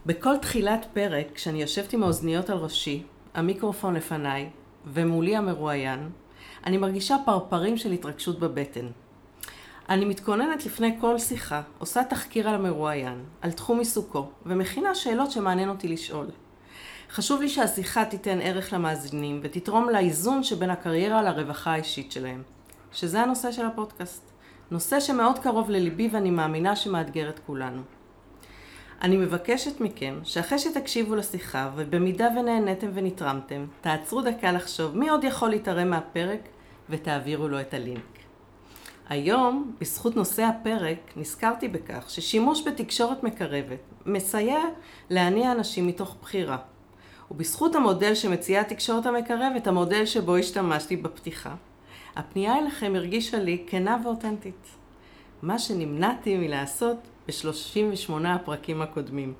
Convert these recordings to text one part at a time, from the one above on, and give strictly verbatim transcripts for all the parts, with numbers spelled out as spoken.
בכל תחילת פרק, כשאני יושבת עם האוזניות על ראשי, המיקרופון לפניי ומולי המרואיין, אני מרגישה פרפרים של התרגשות בבטן. אני מתכוננת לפני כל שיחה, עושה תחקיר על המרואיין, על תחום עיסוקו, ומכינה שאלות שמעניין אותי לשאול. חשוב לי שהשיחה תיתן ערך למאזינים ותתרום לאיזון שבין הקריירה לרווחה האישית שלהם, שזה הנושא של הפודקאסט. נושא שמאוד קרוב לליבי ואני מאמינה שמאתגר את כולנו. אני מבקשת מכם שאחרי שתקשיבו לשיחה ובמידה ונהנתם ונתרמתם, תעצרו דקה לחשוב מי עוד יכול להתערם מהפרק ותעבירו לו את הלינק. היום, בזכות נושא הפרק, נזכרתי בכך ששימוש בתקשורת מקרבת מסייע להניע אנשים מתוך בחירה. ובזכות המודל שמציעה התקשורת המקרבת, המודל שבו השתמשתי בפתיחה, הפנייה אליכם הרגישה לי כנה ואותנטית. מה שנמנעתי מלעשות ב-שלושים ושמונה הפרקים הקודמים.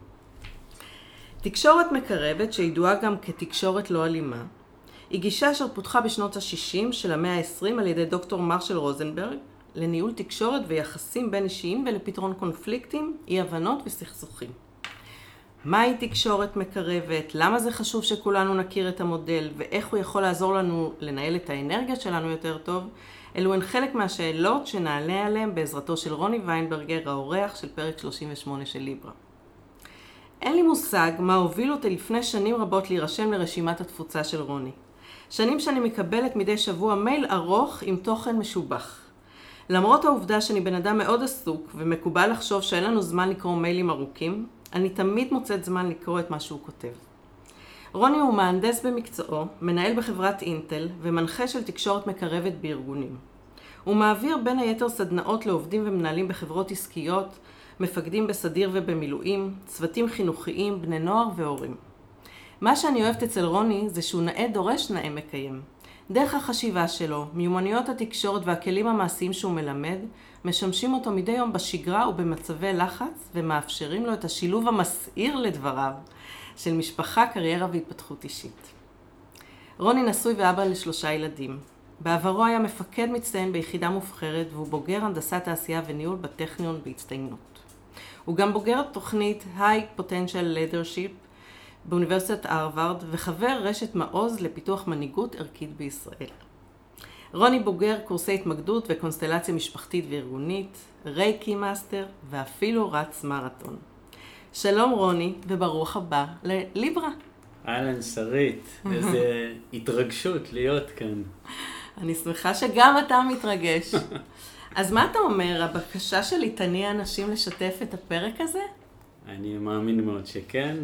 תקשורת מקרבת, שידועה גם כתקשורת לא אלימה, היא גישה אשר פותחה בשנות ה-שישים של המאה ה-עשרים על ידי דוקטור מרשל רוזנברג, לניהול תקשורת ויחסים בין אישיים ולפתרון קונפליקטים, אי הבנות וסכסוכים. מהי תקשורת מקרבת? למה זה חשוב שכולנו נכיר את המודל? ואיך הוא יכול לעזור לנו לנהל את האנרגיה שלנו יותר טוב? אלו הן חלק מהשאלות שנעלה עליהן בעזרתו של רוני ויינברגר, האורח של פרק שלושים ושמונה של ליברה. אין לי מושג מה הוביל אותי לפני שנים רבות להירשם לרשימת התפוצה של רוני. שנים שאני מקבלת מדי שבוע מייל ארוך עם תוכן משובח. למרות העובדה שאני בן אדם מאוד עסוק ומקובל לחשוב שאין לנו זמן לקרוא מיילים ארוכים, אני תמיד מוצאת זמן לקרוא את מה שהוא כותב. רוני הוא מהנדס במקצועו, מנהל בחברת אינטל ומנחה של תקשורת מקרבת בארגונים. הוא מעביר בין היתר סדנאות לעובדים ומנהלים בחברות עסקיות, מפקדים בסדיר ובמילואים, צוותים חינוכיים, בני נוער והורים. מה שאני אוהבת אצל רוני זה שהוא נאה דורש נאה מקיים. דרך החשיבה שלו, מיומנויות התקשורת והכלים המעשיים שהוא מלמד, משמשים אותו מדי יום בשגרה ובמצבי לחץ ומאפשרים לו את השילוב המסעיר לדבריו של משפחה, קריירה והתפתחות אישית. רוני נשוי ואבא לשלושה ילדים. בעברו היה מפקד מצטיין ביחידה מובחרת והוא בוגר הנדסת תעשייה וניהול בטכניון בהצטיינות. הוא גם בוגר תוכנית High Potential Leadership באוניברסיטת הרווארד וחבר רשת מעוז לפיתוח מנהיגות ערכית בישראל. רוני בוגר קורסי התמקדות וקונסטלציה משפחתית וארגונית, רייקי מאסטר ואפילו רץ מרתון. שלום רוני וברוך הבא לליברה. אהלן שרית, איזה התרגשות להיות כאן. אני שמחה שגם אתה מתרגש. אז מה אתה אומר, הבקשה שלי תניע אנשים לשתף את הפרק הזה? אני מאמין מאוד שכן,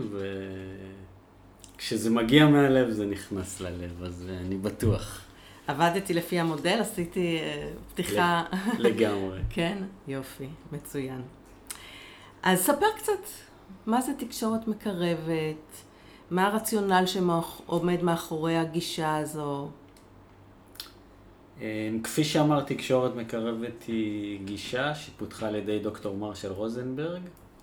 וכשזה מגיע מהלב זה נכנס ללב, אז אני בטוח. עבדתי לפי המודל, עשיתי פתיחה. לגמרי. כן, יופי, מצוין. אז ספר קצת, מה זה תקשורת מקרבת? מה הרציונל שעומד מאחורי הגישה הזו? כפי שאמרתי, תקשורת מקרבת היא גישה שפותחה על ידי דוקטור מרשל רוזנברג.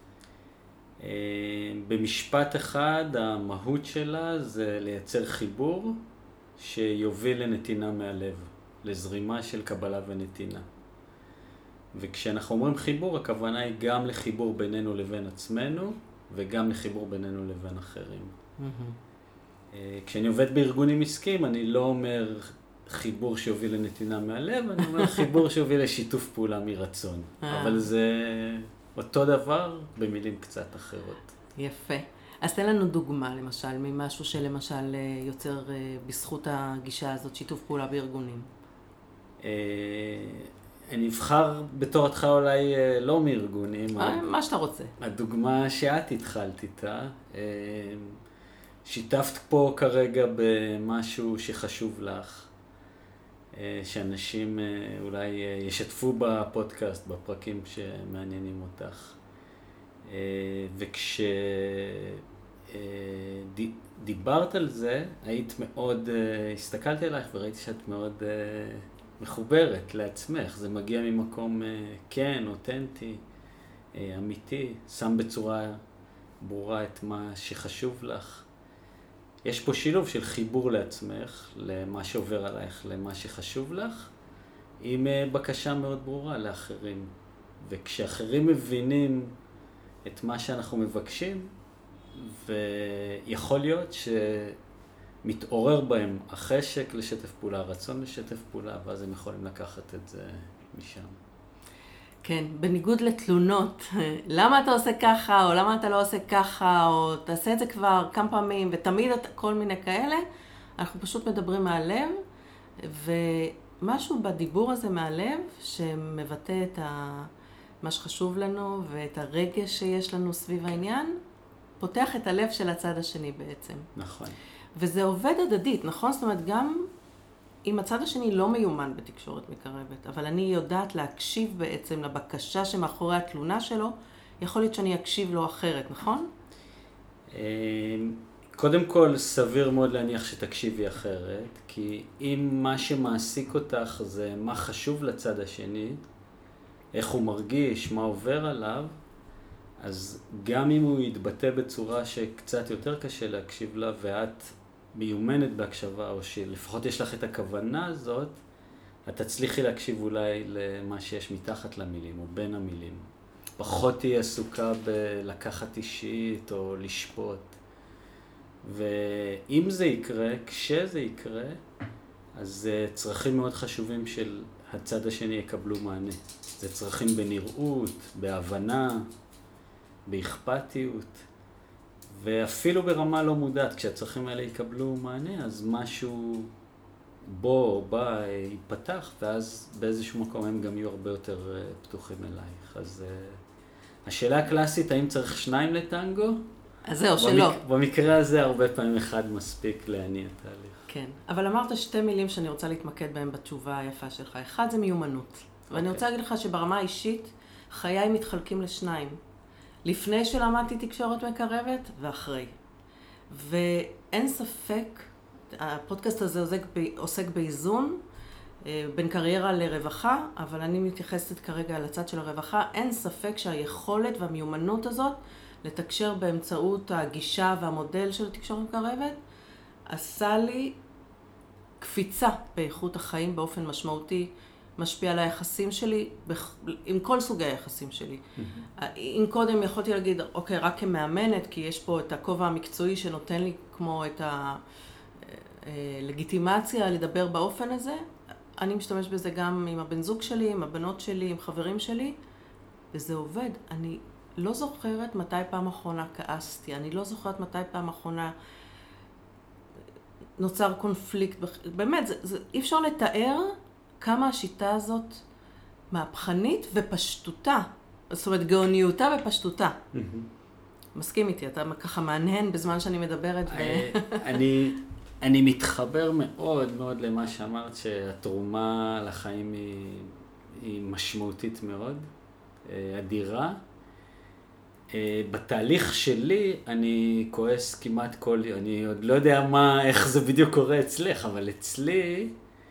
במשפט אחד, המהות שלה זה לייצר חיבור שיוביל לנתינה מהלב, לזרימה של קבלה ונתינה. וכשאנחנו אומרים חיבור, הכוונה היא גם לחיבור בינינו לבין עצמנו, וגם לחיבור בינינו לבין אחרים. Mm-hmm. כשאני עובד בארגונים עסקיים, אני לא אומר חיבור שיוביל לנתינה מהלב, אני אומר חיבור שיוביל לשיתוף פעולה מרצון. אבל זה אותו דבר במילים קצת אחרות. יפה. אז תן לנו דוגמה, למשל, ממשהו שלמשל יוצר בזכות הגישה הזאת, שיתוף פעולה בארגונים. אני אבחר בתור התחלה אולי לא מארגונים. מה שאתה רוצה. הדוגמה שאת התחלת איתה, שיתפת פה כרגע במשהו שחשוב לך, שאנשים אולי ישתפו בפודקאסט, בפרקים שמעניינים אותך. וכשדיברת על זה, היית מאוד, הסתכלתי עלייך וראיתי שאת מאוד מחוברת לעצמך. זה מגיע ממקום כן, אותנטי, אמיתי, שם בצורה ברורה את מה שחשוב לך. יש פה שילוב של חיבור לעצמך, למה שעובר עלייך, למה שחשוב לך, עם בקשה מאוד ברורה לאחרים. וכשאחרים מבינים את מה שאנחנו מבקשים, ויכול להיות שמתעורר בהם החשק לשתף פעולה, הרצון לשתף פעולה, ואז הם יכולים לקחת את זה משם. כן, בניגוד לתלונות, למה אתה עושה ככה, או למה אתה לא עושה ככה, או תעשה את זה כבר כמה פעמים, ותמיד כל מיני כאלה, אנחנו פשוט מדברים מהלב, ומשהו בדיבור הזה מהלב, שמבטא את ה... מה שחשוב לנו, ואת הרגש שיש לנו סביב העניין, פותח את הלב של הצד השני בעצם. נכון. וזה עובד הדדית, נכון? זאת אומרת, גם אם הצד השני לא מיומן בתקשורת מקרבת, אבל אני יודעת להקשיב בעצם לבקשה שמאחורי התלונה שלו, יכול להיות שאני אקשיב לו אחרת, נכון? קודם כל, סביר מאוד להניח שתקשיבי אחרת, כי אם מה שמעסיק אותך זה מה חשוב לצד השני, איך הוא מרגיש, מה עובר עליו, אז גם אם הוא יתבטא בצורה שקצת יותר קשה להקשיב לה, ואת מיומנת בהקשבה, או שלפחות יש לך את הכוונה הזאת, את תצליחי להקשיב אולי למה שיש מתחת למילים, או בין המילים. פחות תהיה עסוקה בלקחת אישית, או לשפוט. ואם זה יקרה, כשזה יקרה, אז צרכים מאוד חשובים של הצד השני יקבלו מענה. זה צרכים בנראות, בהבנה, באכפתית, ואפילו ברמה לא מודעת. כשהצרכים האלה יקבלו מענה, אז משהו בו או בה ייפתח, ואז באיזשהו מקום הם גם יהיו הרבה יותר פתוחים אלייך. אז השאלה הקלאסית, האם צריך שניים לטנגו? אז זהו, שלא. במקרה הזה הרבה פעמים אחד מספיק להניע תהליך. כן, אבל אמרת שתי מילים שאני רוצה להתמקד בהן בתשובה היפה שלך. אחד זה מיומנות. ואני רוצה להגיד לך שברמה האישית, חיי מתחלקים לשניים. לפני שלמדתי תקשורת מקרבת ואחרי. ואין ספק, הפודקאסט הזה עוסק, עוסק באיזון בין קריירה לרווחה, אבל אני מתייחסת כרגע על הצד של הרווחה. אין ספק שהיכולת והמיומנות הזאת לתקשר באמצעות הגישה והמודל של תקשורת מקרבת, עשה לי קפיצה באיכות החיים באופן משמעותי, משפיע על היחסים שלי, עם כל סוגי היחסים שלי. Mm-hmm. אם קודם יכולתי להגיד, אוקיי, רק כמאמנת, כי יש פה את הכובע המקצועי שנותן לי כמו את הלגיטימציה לדבר באופן הזה, אני משתמש בזה גם עם הבן זוג שלי, עם הבנות שלי, עם חברים שלי, וזה עובד. אני לא זוכרת מתי פעם אחרונה כעסתי, אני לא זוכרת מתי פעם אחרונה נוצר קונפליקט. באמת, זה, זה, אי אפשר לתאר כמה השיטה הזאת מהפכנית ופשטותה. זאת אומרת, גאוניותה ופשטותה. Mm-hmm. מסכים איתי, אתה ככה מעניין בזמן שאני מדברת. ו... אני, אני מתחבר מאוד מאוד למה שאמרת, שהתרומה לחיים היא, היא משמעותית מאוד, אדירה. בתהליך שלי אני כועס כמעט כל יום, אני עוד לא יודע מה, איך זה בדיוק קורה אצלך, אבל אצלי,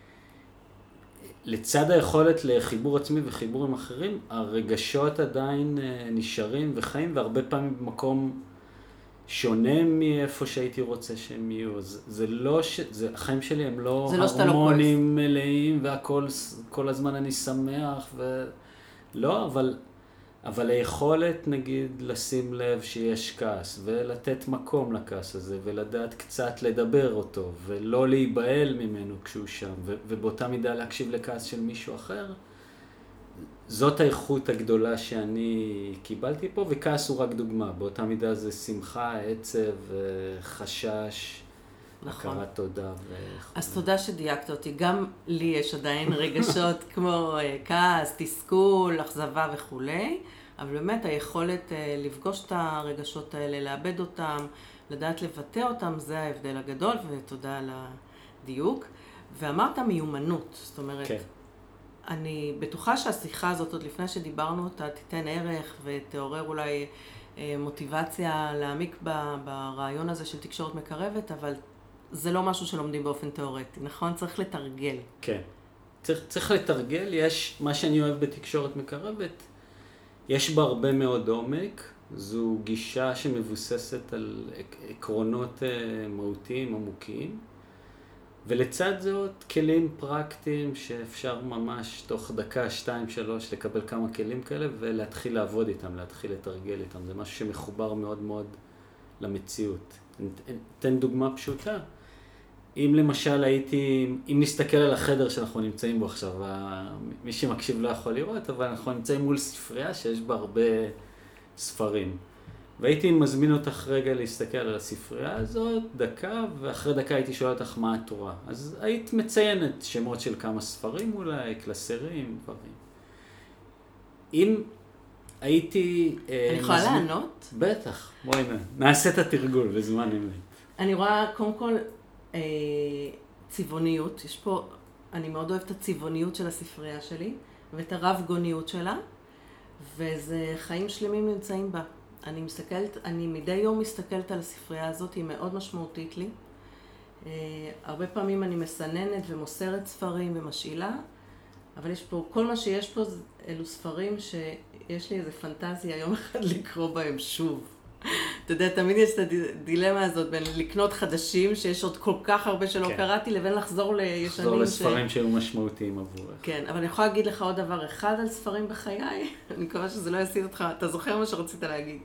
לצד היכולת לחיבור עצמי וחיבור עם אחרים, הרגשות עדיין נשארים וחיים, והרבה פעמים במקום שונה מאיפה שהייתי רוצה שהם יהיו. זה, זה לא ש... זה, החיים שלי הם לא הרמונים מלאים, והכל, כל הזמן אני שמח, ולא, אבל... אבל היכולת, נגיד, לשים לב שיש כעס, ולתת מקום לכעס הזה, ולדעת קצת לדבר אותו, ולא להיבהל ממנו כשהוא שם, ו- ובאותה מידה להקשיב לכעס של מישהו אחר, זאת האיכות הגדולה שאני קיבלתי פה, וכעס הוא רק דוגמה. באותה מידה זה שמחה, עצב, חשש, נכון. הכרת תודה. אז תודה שדייקת אותי. גם לי יש עדיין רגשות כמו כעס, תסכול, אכזבה וכו'. אבל באמת היכולת לפגוש את הרגשות האלה, לאבד אותם, לדעת לבטא אותם, זה ההבדל הגדול, ותודה על הדיוק. ואמרת מיומנות, זאת אומרת, כן. אני בטוחה שהשיחה הזאת, עוד לפני שדיברנו אותה, תיתן ערך ותעורר אולי מוטיבציה להעמיק ברעיון הזה של תקשורת מקרבת, אבל זה לא משהו שלומדים באופן תיאורטי, נכון? צריך לתרגל. כן. צריך, צריך לתרגל. יש, מה שאני אוהב בתקשורת מקרבת, יש בה הרבה מאוד עומק. זו גישה שמבוססת על עקרונות מהותיים, עמוקיים. ולצד זאת, כלים פרקטיים שאפשר ממש תוך דקה, שתיים, שלוש, לקבל כמה כלים כאלה ולהתחיל לעבוד איתם, להתחיל לתרגל איתם. זה משהו שמחובר מאוד מאוד למציאות. אתן דוגמה פשוטה. אם למשל הייתי, אם נסתכל על החדר שאנחנו נמצאים בו עכשיו, מי שמקשיב לא יכול לראות, אבל אנחנו נמצאים מול ספרייה שיש בה הרבה ספרים. והייתי מזמין אותך רגע להסתכל על הספרייה הזאת, דקה, ואחרי דקה הייתי שואל אותך מה את רואה. אז היית מציינת שמות של כמה ספרים אולי, קלסרים, דברים. אם הייתי... אני יכולה לענות? בטח, בואי נעשה את התרגול בזמן אמת. אני רואה קודם כל אה, צבעוניות, יש פה, אני מאוד אוהבת את הצבעוניות של הספרייה שלי, ואת הרב גוניות שלה, וזה חיים שלמים נמצאים בה. אני מסתכלת, אני מדי יום מסתכלת על הספרייה הזאת, היא מאוד משמעותית לי. אה, הרבה פעמים אני מסננת ומוסרת ספרים ומשאילה, אבל יש פה, כל מה שיש פה אלו ספרים שיש לי איזה פנטזיה יום אחד לקרוא בהם שוב. אתה יודע, תמיד יש את הדילמה הזאת בין לקנות חדשים, שיש עוד כל כך הרבה שלא כן. קראתי, לבין לחזור לישנים. לחזור לספרים ש... שהיו משמעותיים עבורך. כן, אבל אני יכולה להגיד לך עוד דבר אחד על ספרים בחיי, אני מקווה שזה לא יסיד אותך, אתה זוכר מה שרצית להגיד.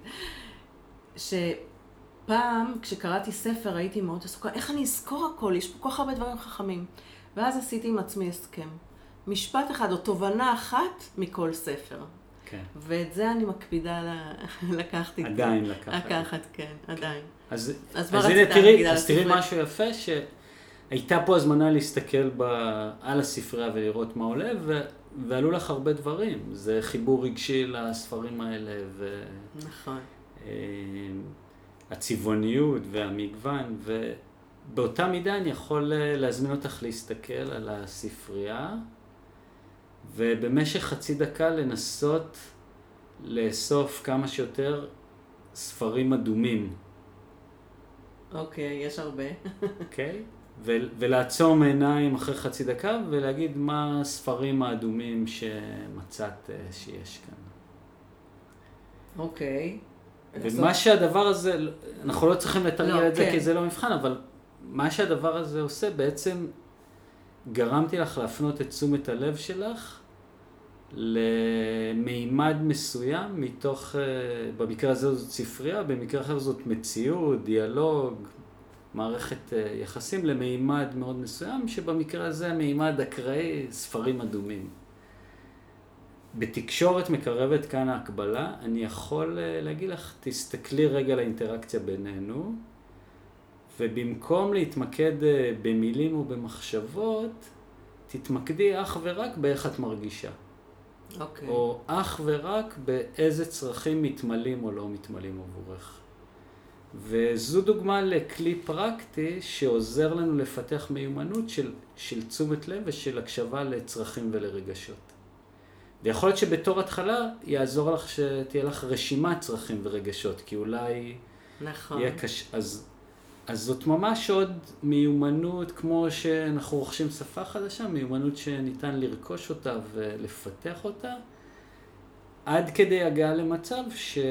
שפעם, כשקראתי ספר, הייתי מאוד עסוקה, איך אני אזכור הכל? יש פה כל כך הרבה דברים חכמים. ואז עשיתי עם עצמי הסכם. משפט אחד או תובנה אחת מכל ספר. כן. ואת זה אני מקפידה לקחת איתי. עדיין לקחת. לקחת, כן, עדיין. אז, אז, אז הנה תראי, אז תראי משהו יפה, שהייתה פה הזמנה להסתכל ב, על הספרייה ולראות מה עולה, ו, ועלו לך הרבה דברים. זה חיבור רגשי לספרים האלה, ו... נכון. הצבעוניות והמגוון, ובאותה מידה אני יכול להזמין אותך להסתכל על הספרייה, ובמשך חצי דקה לנסות לאסוף כמה שיותר ספרים אדומים. אוקיי, יש הרבה. אוקיי? ו- ולעצום עיניים אחרי חצי דקה ולהגיד מה הספרים האדומים שמצאת שיש כאן. אוקיי. ומה שהדבר הזה, אנחנו לא צריכים לתרגל את זה כי זה לא מבחן, אבל מה שהדבר הזה עושה בעצם גרמתי לך להפנות את תשומת הלב שלך למימד מסוים מתוך, במקרה הזה זאת ספרייה, במקרה אחר זאת מציאות, דיאלוג, מערכת יחסים למימד מאוד מסוים, שבמקרה הזה מימד אקראי, ספרים אדומים. בתקשורת מקרבת כאן ההקבלה, אני יכול להגיד לך, תסתכלי רגע לאינטראקציה בינינו, ובמקום להתמקד במילים או במחשבות, תתמקדי אך ורק באיך את מרגישה. אוקיי. או אך ורק באיזה צרכים מתמלאים או לא מתמלאים עבורך. וזו דוגמה לכלי פרקטי שעוזר לנו לפתח מיומנות של, של תשומת לב ושל הקשבה לצרכים ולרגשות. ויכול להיות שבתור התחלה יעזור לך שתהיה לך רשימת צרכים ורגשות, כי אולי נכון. יהיה קשה. אז, אז זאת ממש עוד מיומנות, כמו שאנחנו רוכשים שפה חדשה, מיומנות שניתן לרכוש אותה ולפתח אותה, עד כדי הגעה למצב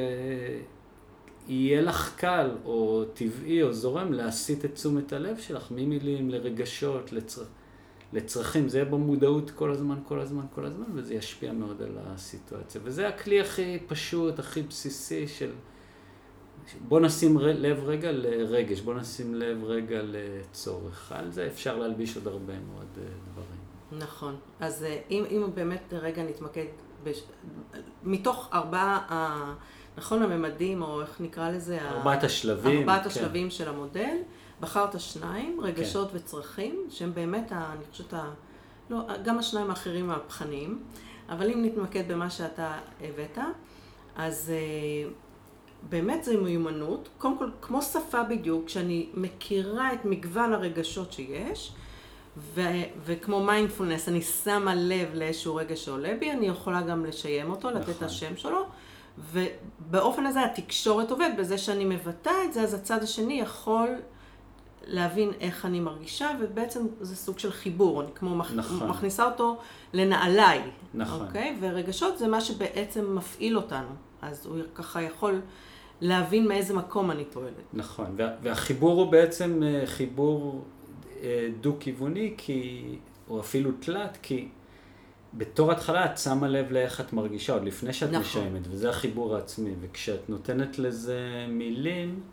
שיהיה לך קל או טבעי או זורם להסיט את תשומת הלב שלך ממילים לרגשות, לצר... לצרכים. זה יהיה במודעות כל הזמן, כל הזמן, כל הזמן, וזה ישפיע מאוד על הסיטואציה. וזה הכלי הכי פשוט, הכי בסיסי של... בוא נשים לב רגע לרגש, בוא נשים לב רגע לצורך. על זה אפשר להלביש עוד הרבה מאוד דברים. נכון. אז אם, אם באמת רגע נתמקד בש... מתוך ארבעה, נכון, הממדים, או איך נקרא לזה? ארבעת השלבים. ארבעת כן. השלבים של המודל. בחרת שניים, רגשות כן. וצרכים, שהם באמת, אני חושבת, לא, גם השניים האחרים מהפכניים, אבל אם נתמקד במה שאתה הבאת, אז באמת זה מיומנות, קודם כל, כמו שפה בדיוק, כשאני מכירה את מגוון הרגשות שיש, ו- וכמו מיינדפולנס, אני שמה לב לאיזשהו רגש שעולה בי, אני יכולה גם לשיים אותו, לתת את השם שלו, ובאופן הזה התקשורת עובד, בזה שאני מבטא את זה, אז הצד השני יכול להבין איך אני מרגישה, ובעצם זה סוג של חיבור, אני כמו נכון. מכניסה אותו לנעליי. נכון. אוקיי? ורגשות זה מה שבעצם מפעיל אותנו, אז הוא ככה יכול להבין מאיזה מקום אני פועלת. נכון, וה, והחיבור הוא בעצם חיבור דו-כיווני, כי, או אפילו תלת, כי בתור התחלה את שמה לב לאיך את מרגישה, עוד לפני שאת נכון. משיימת, וזה החיבור העצמי, וכשאת נותנת לזה מילים,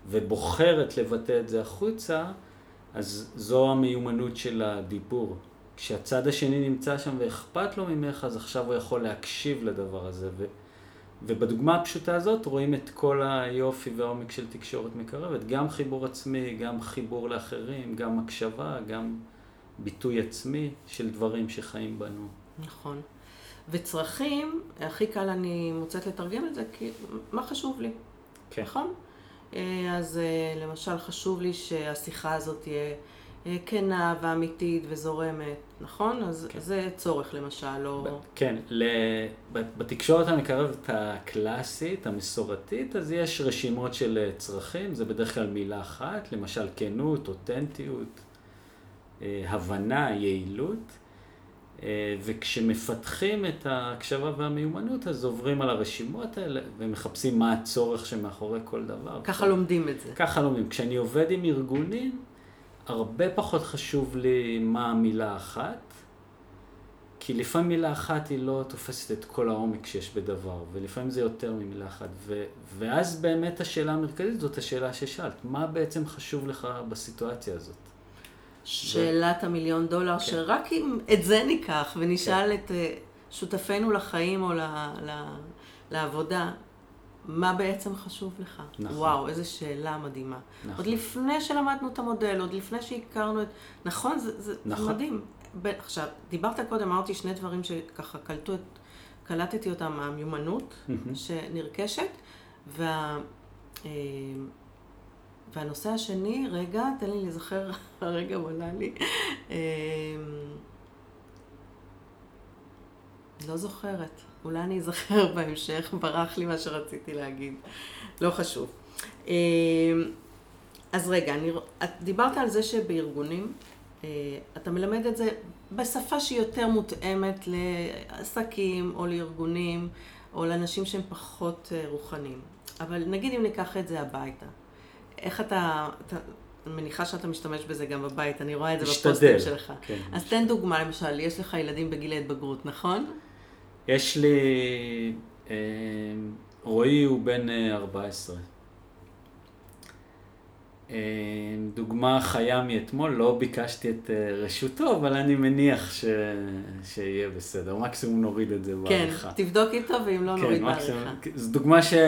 ובוחרת לבטא את זה החוצה, אז זו המיומנות של הדיבור. כשהצד השני נמצא שם ואכפת לו ממך, אז עכשיו הוא יכול להקשיב לדבר הזה. ו... ובדוגמה הפשוטה הזאת רואים את כל היופי והעומק של תקשורת מקרבת, גם חיבור עצמי, גם חיבור לאחרים, גם הקשבה, גם ביטוי עצמי של דברים שחיים בנו. נכון. וצרכים, הכי קל אני מוצאת לתרגם את זה, כי מה חשוב לי? כן. נכון? אז למשל חשוב לי שהשיחה הזאת תהיה כנה ואמיתית וזורמת, נכון? אז כן. זה צורך למשל, לא... כן, בתקשורת המקרבת הקלאסית, המסורתית, אז יש רשימות של צרכים, זה בדרך כלל מילה אחת, למשל כנות, אותנטיות, הבנה, יעילות, וכשמפתחים את ההקשבה והמיומנות, אז עוברים על הרשימות האלה ומחפשים מה הצורך שמאחורי כל דבר. ככה לומדים את זה. ככה לומדים. כשאני עובד עם ארגונים, הרבה פחות חשוב לי מה המילה אחת, כי לפעמים מילה אחת היא לא תופסת את כל העומק שיש בדבר, ולפעמים זה יותר ממילה אחת. ו- ואז באמת השאלה המרכזית זאת השאלה ששאלת, מה בעצם חשוב לך בסיטואציה הזאת? שאלת המיליון דולר, שרק אם את זה ניקח ונשאל את שותפינו לחיים או לעבודה, מה בעצם חשוב לך? וואו, איזו שאלה מדהימה. עוד לפני שלמדנו את המודל, עוד לפני שהכרנו את... נכון, זה מדהים. עכשיו, דיברת קודם, אמרתי שני דברים שככה קלטו את... קלטתי אותם, המיומנות שנרכשת, וה... והנושא השני, רגע, תן לי לזכר, הרגע עולה לי, לא זוכרת, אולי אני אזכר בהמשך, ברח לי מה שרציתי להגיד, לא חשוב. אז רגע, אני, את דיברת על זה שבארגונים, אתה מלמד את זה בשפה שהיא יותר מותאמת לעסקים או לארגונים, או לאנשים שהם פחות רוחניים. אבל נגיד אם ניקח את זה הביתה. איך אתה, אתה, אני מניחה שאתה משתמש בזה גם בבית, אני רואה את זה בפוסטים שלך. כן. אז תן דוגמה, למשל, יש לך ילדים בגיל ההתבגרות, נכון? יש לי, אה, רועי הוא בן ארבע עשרה. אה, דוגמה חיה מאתמול, לא ביקשתי את רשותו, אבל אני מניח ש... שיהיה בסדר. מקסימום נוריד את זה בעריכה. כן, תבדוק איתו ואם לא נוריד בעריכה. זו דוגמה ש...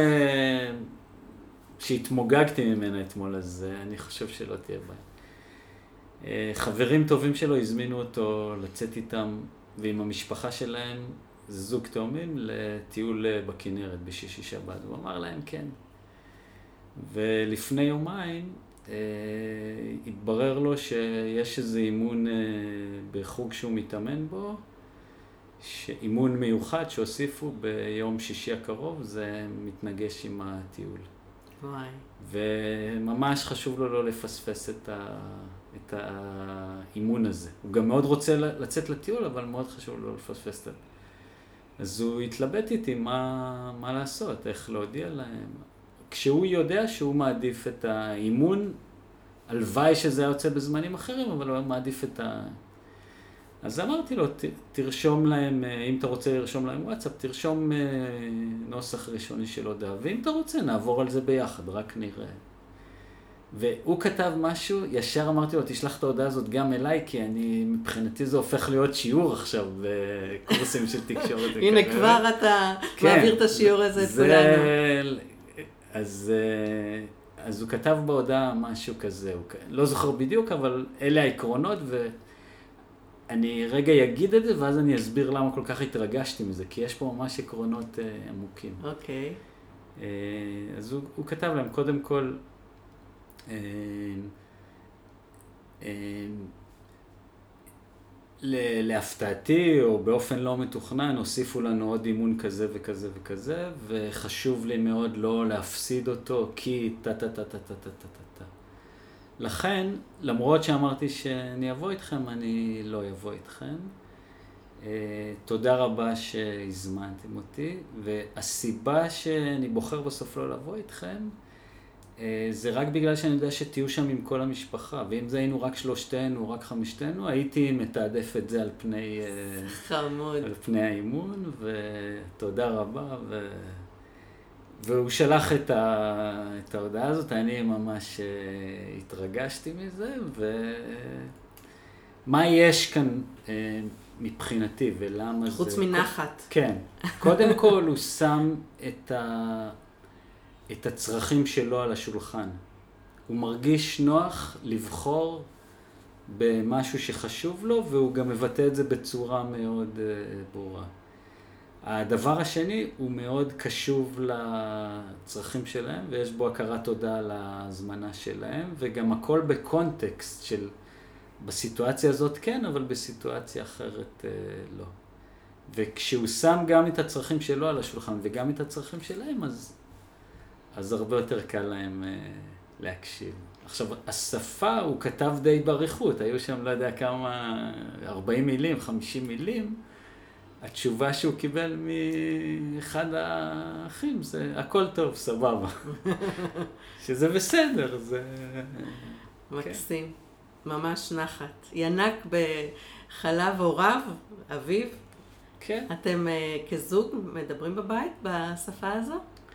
שהתמוגגתי ממנה אתמול, אז אני חושב שלא תהיה בעיה. חברים טובים שלו הזמינו אותו לצאת איתם ועם המשפחה שלהם, זוג תאומים, לטיול בכנרת בשישי שבת. הוא אמר להם כן. ולפני יומיים התברר לו שיש איזה אימון בחוג שהוא מתאמן בו, אימון מיוחד שהוסיפו ביום שישי הקרוב, זה מתנגש עם הטיול. וואי. וממש חשוב לו לא לפספס את, ה... את האימון הזה. הוא גם מאוד רוצה לצאת לטיול, אבל מאוד חשוב לו לא לפספס את זה. אז הוא התלבט איתי מה, מה לעשות, איך להודיע להם. כשהוא יודע שהוא מעדיף את האימון, הלוואי שזה יוצא בזמנים אחרים, אבל הוא מעדיף את ה... אז אמרתי לו, ת, תרשום להם, אם אתה רוצה לרשום להם וואטסאפ, תרשום נוסח ראשוני של הודעה, ואם אתה רוצה, נעבור על זה ביחד, רק נראה. והוא כתב משהו, ישר אמרתי לו, תשלח את ההודעה הזאת גם אליי, כי אני, מבחינתי זה הופך להיות שיעור עכשיו, בקורסים של תקשורת. הנה, כבר אתה מעביר את השיעור הזה את כולנו. אז, אז הוא כתב בהודעה משהו כזה, לא זוכר בדיוק, אבל אלה העקרונות, ו... אני רגע אגיד את זה, ואז אני אסביר למה כל כך התרגשתי מזה, כי יש פה ממש עקרונות אה, עמוקים. אוקיי. אה, אז הוא, הוא כתב להם, קודם כל, אה, אה, להפתעתי, או באופן לא מתוכנן, הוסיפו לנו עוד אימון כזה וכזה וכזה, וחשוב לי מאוד לא להפסיד אותו, כי טה-טה-טה-טה-טה-טה-טה. לכן, למרות שאמרתי שאני אבוא איתכם, אני לא אבוא איתכם. תודה רבה שהזמנתם אותי, והסיבה שאני בוחר בסוף לא לבוא איתכם, זה רק בגלל שאני יודע שתהיו שם עם כל המשפחה, ואם זה היינו רק שלושתנו, רק חמישתנו, הייתי מתעדף את זה על פני, חמוד. על פני האימון, ותודה רבה, ו... והוא שלח את, ה... את ההודעה הזאת, אני ממש התרגשתי מזה, ומה יש כאן מבחינתי ולמה חוץ זה... חוץ מנחת. כן. קודם כל הוא שם את, ה... את הצרכים שלו על השולחן. הוא מרגיש נוח לבחור במשהו שחשוב לו, והוא גם מבטא את זה בצורה מאוד uh, ברורה. הדבר השני הוא מאוד קשוב לצרכים שלהם, ויש בו הכרת תודה על ההזמנה שלהם, וגם הכל בקונטקסט של, בסיטואציה הזאת כן, אבל בסיטואציה אחרת uh, לא. וכשהוא שם גם את הצרכים שלו על השולחן, וגם את הצרכים שלהם, אז, אז הרבה יותר קל להם uh, להקשיב. עכשיו, השפה הוא כתב די בריחות, היו שם לא יודע כמה, ארבעים מילים, חמישים מילים, התשובה שהוא קיבל מאחד האחים זה הכל טוב, סבבה. שזה בסדר, זה... מקסים, כן. ממש נחת. ינק בחלב הוריו, אביו. כן. אתם uh, כזוג מדברים בבית בשפה הזו?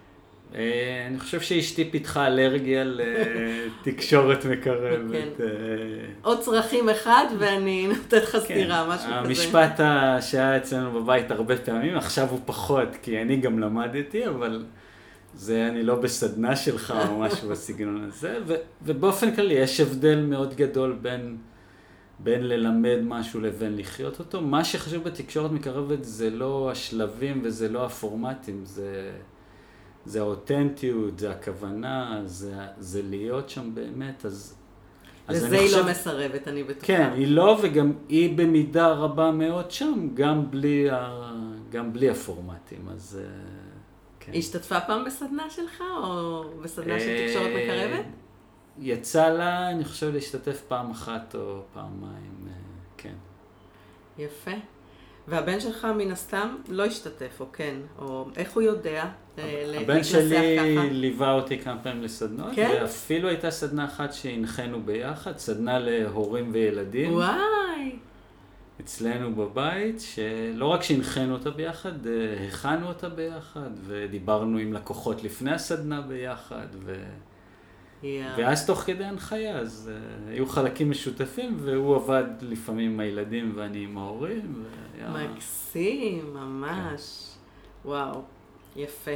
אני חושב שאשתי פיתחה אלרגיה לתקשורת מקרבת. עוד צרכים אחד ואני נותנת לך סתירה, משהו כזה. המשפט שהיה אצלנו בבית הרבה פעמים, עכשיו הוא פחות, כי אני גם למדתי, אבל זה אני לא בסדנה שלך או משהו בסגנון הזה, ובאופן כללי יש הבדל מאוד גדול בין בין ללמד משהו לבין לחיות אותו. מה שחשוב בתקשורת מקרבת זה לא השלבים וזה לא הפורמטים, זה... זה האותנטיות, זה הכוונה, זה, זה להיות שם באמת, אז... לזה אז היא חושב... לא מסרבת, אני בטוחה. כן, היא לא, וגם היא במידה רבה מאוד שם, גם בלי, ה... גם בלי הפורמטים, אז... כן. היא השתתפה פעם בסדנה שלך, או בסדנה של תקשורת מקרבת? יצא לה, אני חושב, להשתתף פעם אחת או פעמיים, כן. יפה. והבן שלך מן הסתם לא השתתף, או כן, או איך הוא יודע הבן שלי ליווה אותי כמה פעמים לסדנות, כן? ואפילו הייתה סדנה אחת שהנחנו ביחד, סדנה להורים וילדים. וואי! אצלנו בבית, שלא רק שהנחנו אותה ביחד, הכנו אותה ביחד, ודיברנו עם לקוחות לפני הסדנה ביחד, ו... Yeah. ואז תוך כדי הנחיה, אז uh, היו חלקים משותפים, והוא עבד לפעמים עם הילדים ואני עם ההורים. והיה... מקסים, ממש. כן. וואו, יפה.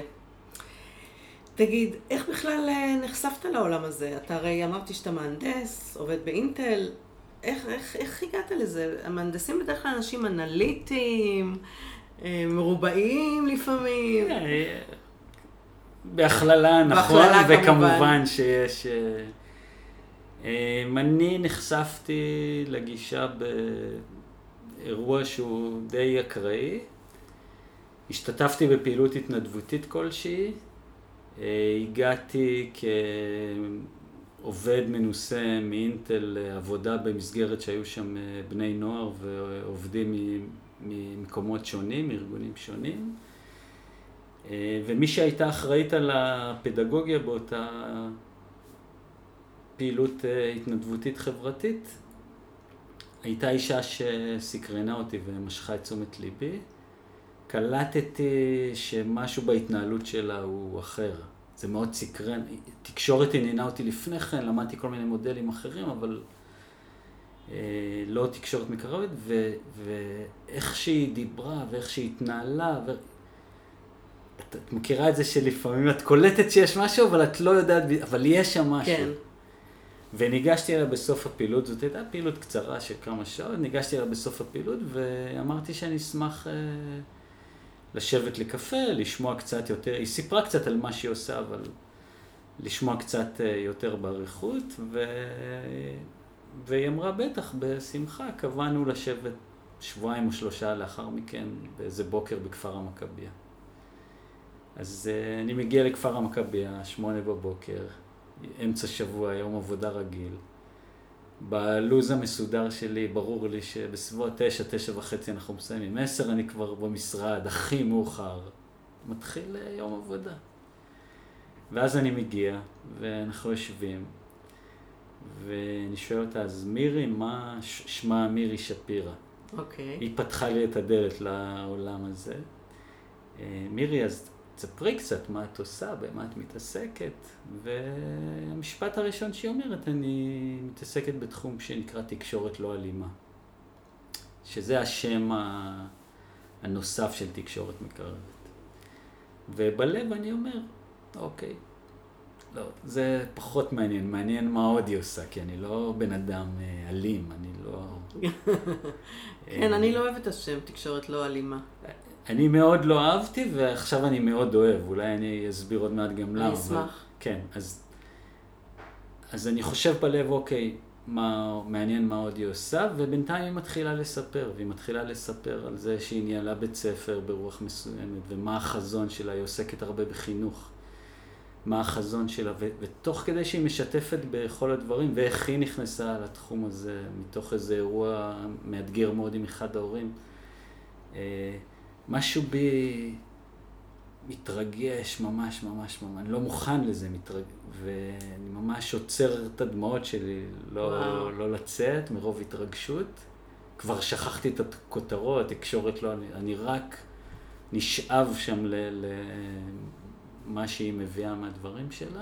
תגיד, איך בכלל נחשפת לעולם הזה? אתה הרי אמרתי שאתה מהנדס, עובד באינטל, איך, איך, איך הגעת לזה? המהנדסים בדרך כלל אנשים אנליטיים, מרובעים לפעמים. Yeah. בהכללה, נכון, וכמובן שיש... אני נחשפתי לגישה באירוע שהוא די אקראי. השתתפתי בפעילות התנדבותית כלשהי. הגעתי כעובד מנוסה מאינטל עבודה במסגרת שהיו שם בני נוער ועובדים ממקומות שונים, מארגונים שונים. ומי שהייתה אחראית על הפדגוגיה באותה פעילות התנדבותית חברתית, הייתה אישה שסקרנה אותי ומשכה את תשומת ליבי. קלטתי שמשהו בהתנהלות שלה הוא אחר. זה מאוד סקרן. תקשורת עניינה אותי לפני כן, למדתי כל מיני מודלים אחרים, אבל אה, לא תקשורת מקרבת, ו, ואיך שהיא דיברה ואיך שהיא התנהלה, ו... את, את מכירה את זה שלפעמים את קולטת שיש משהו, אבל את לא יודעת, אבל יש שם משהו. כן. וניגשתי אליה בסוף הפעילות, זאת הייתה פעילות קצרה של כמה שעות, ניגשתי אליה בסוף הפעילות ואמרתי שאני אשמח אה, לשבת לקפה, לשמוע קצת יותר, היא סיפרה קצת על מה שהיא עושה, אבל לשמוע קצת אה, יותר בעריכות, ו... והיא אמרה בטח בשמחה, קבענו לשבת שבועיים או שלושה לאחר מכן, באיזה בוקר בכפר המכביה. אז uh, אני מגיע לכפר המכביה, שמונה בבוקר, אמצע שבוע, יום עבודה רגיל. בלוז המסודר שלי, ברור לי שבסביבות תשע, תשע וחצי אנחנו מסיימים. עשר אני כבר במשרד, הכי מאוחר. מתחיל יום עבודה. ואז אני מגיע, ואנחנו יושבים, ואני שואל אותה, אז מירי, מה שמה מירי שפירא? אוקיי. היא פתחה לי את הדלת לעולם הזה. מירי, אז תספרי קצת מה את עושה, במה את מתעסקת, והמשפט הראשון שהיא אומרת, אני מתעסקת בתחום שנקרא תקשורת לא אלימה, שזה השם הנוסף של תקשורת מקרבת. ובלב אני אומר, אוקיי, לא, זה פחות מעניין, מעניין מה עוד היא עושה, כי אני לא בן אדם אלים, אני לא... כן, אני לא אוהבת את השם תקשורת לא אלימה. אני מאוד לא אהבתי, ועכשיו אני מאוד אוהב. אולי אני אסביר עוד מעט גם למה. אני אשמח. כן, אז, אז אני חושב בלב, אוקיי, מה, מעניין מה עוד היא עושה, ובינתיים היא מתחילה לספר, והיא מתחילה לספר על זה שהיא ניהלה בית ספר ברוח מסוימת, ומה החזון שלה, היא עוסקת הרבה בחינוך, מה החזון שלה, ו, ותוך כדי שהיא משתפת בכל הדברים, ואיך היא נכנסה לתחום הזה, מתוך איזה אירוע מאתגר מאוד עם אחד ההורים, משהו בי מתרגש ממש ממש ממש, אני לא מוכן לזה, מתרג... ואני ממש עוצר את הדמעות שלי, לא, לא לצאת מרוב התרגשות. כבר שכחתי את הכותרות, תקשורת לא, אני, אני רק נשאב שם למה שהיא מביאה מהדברים שלה.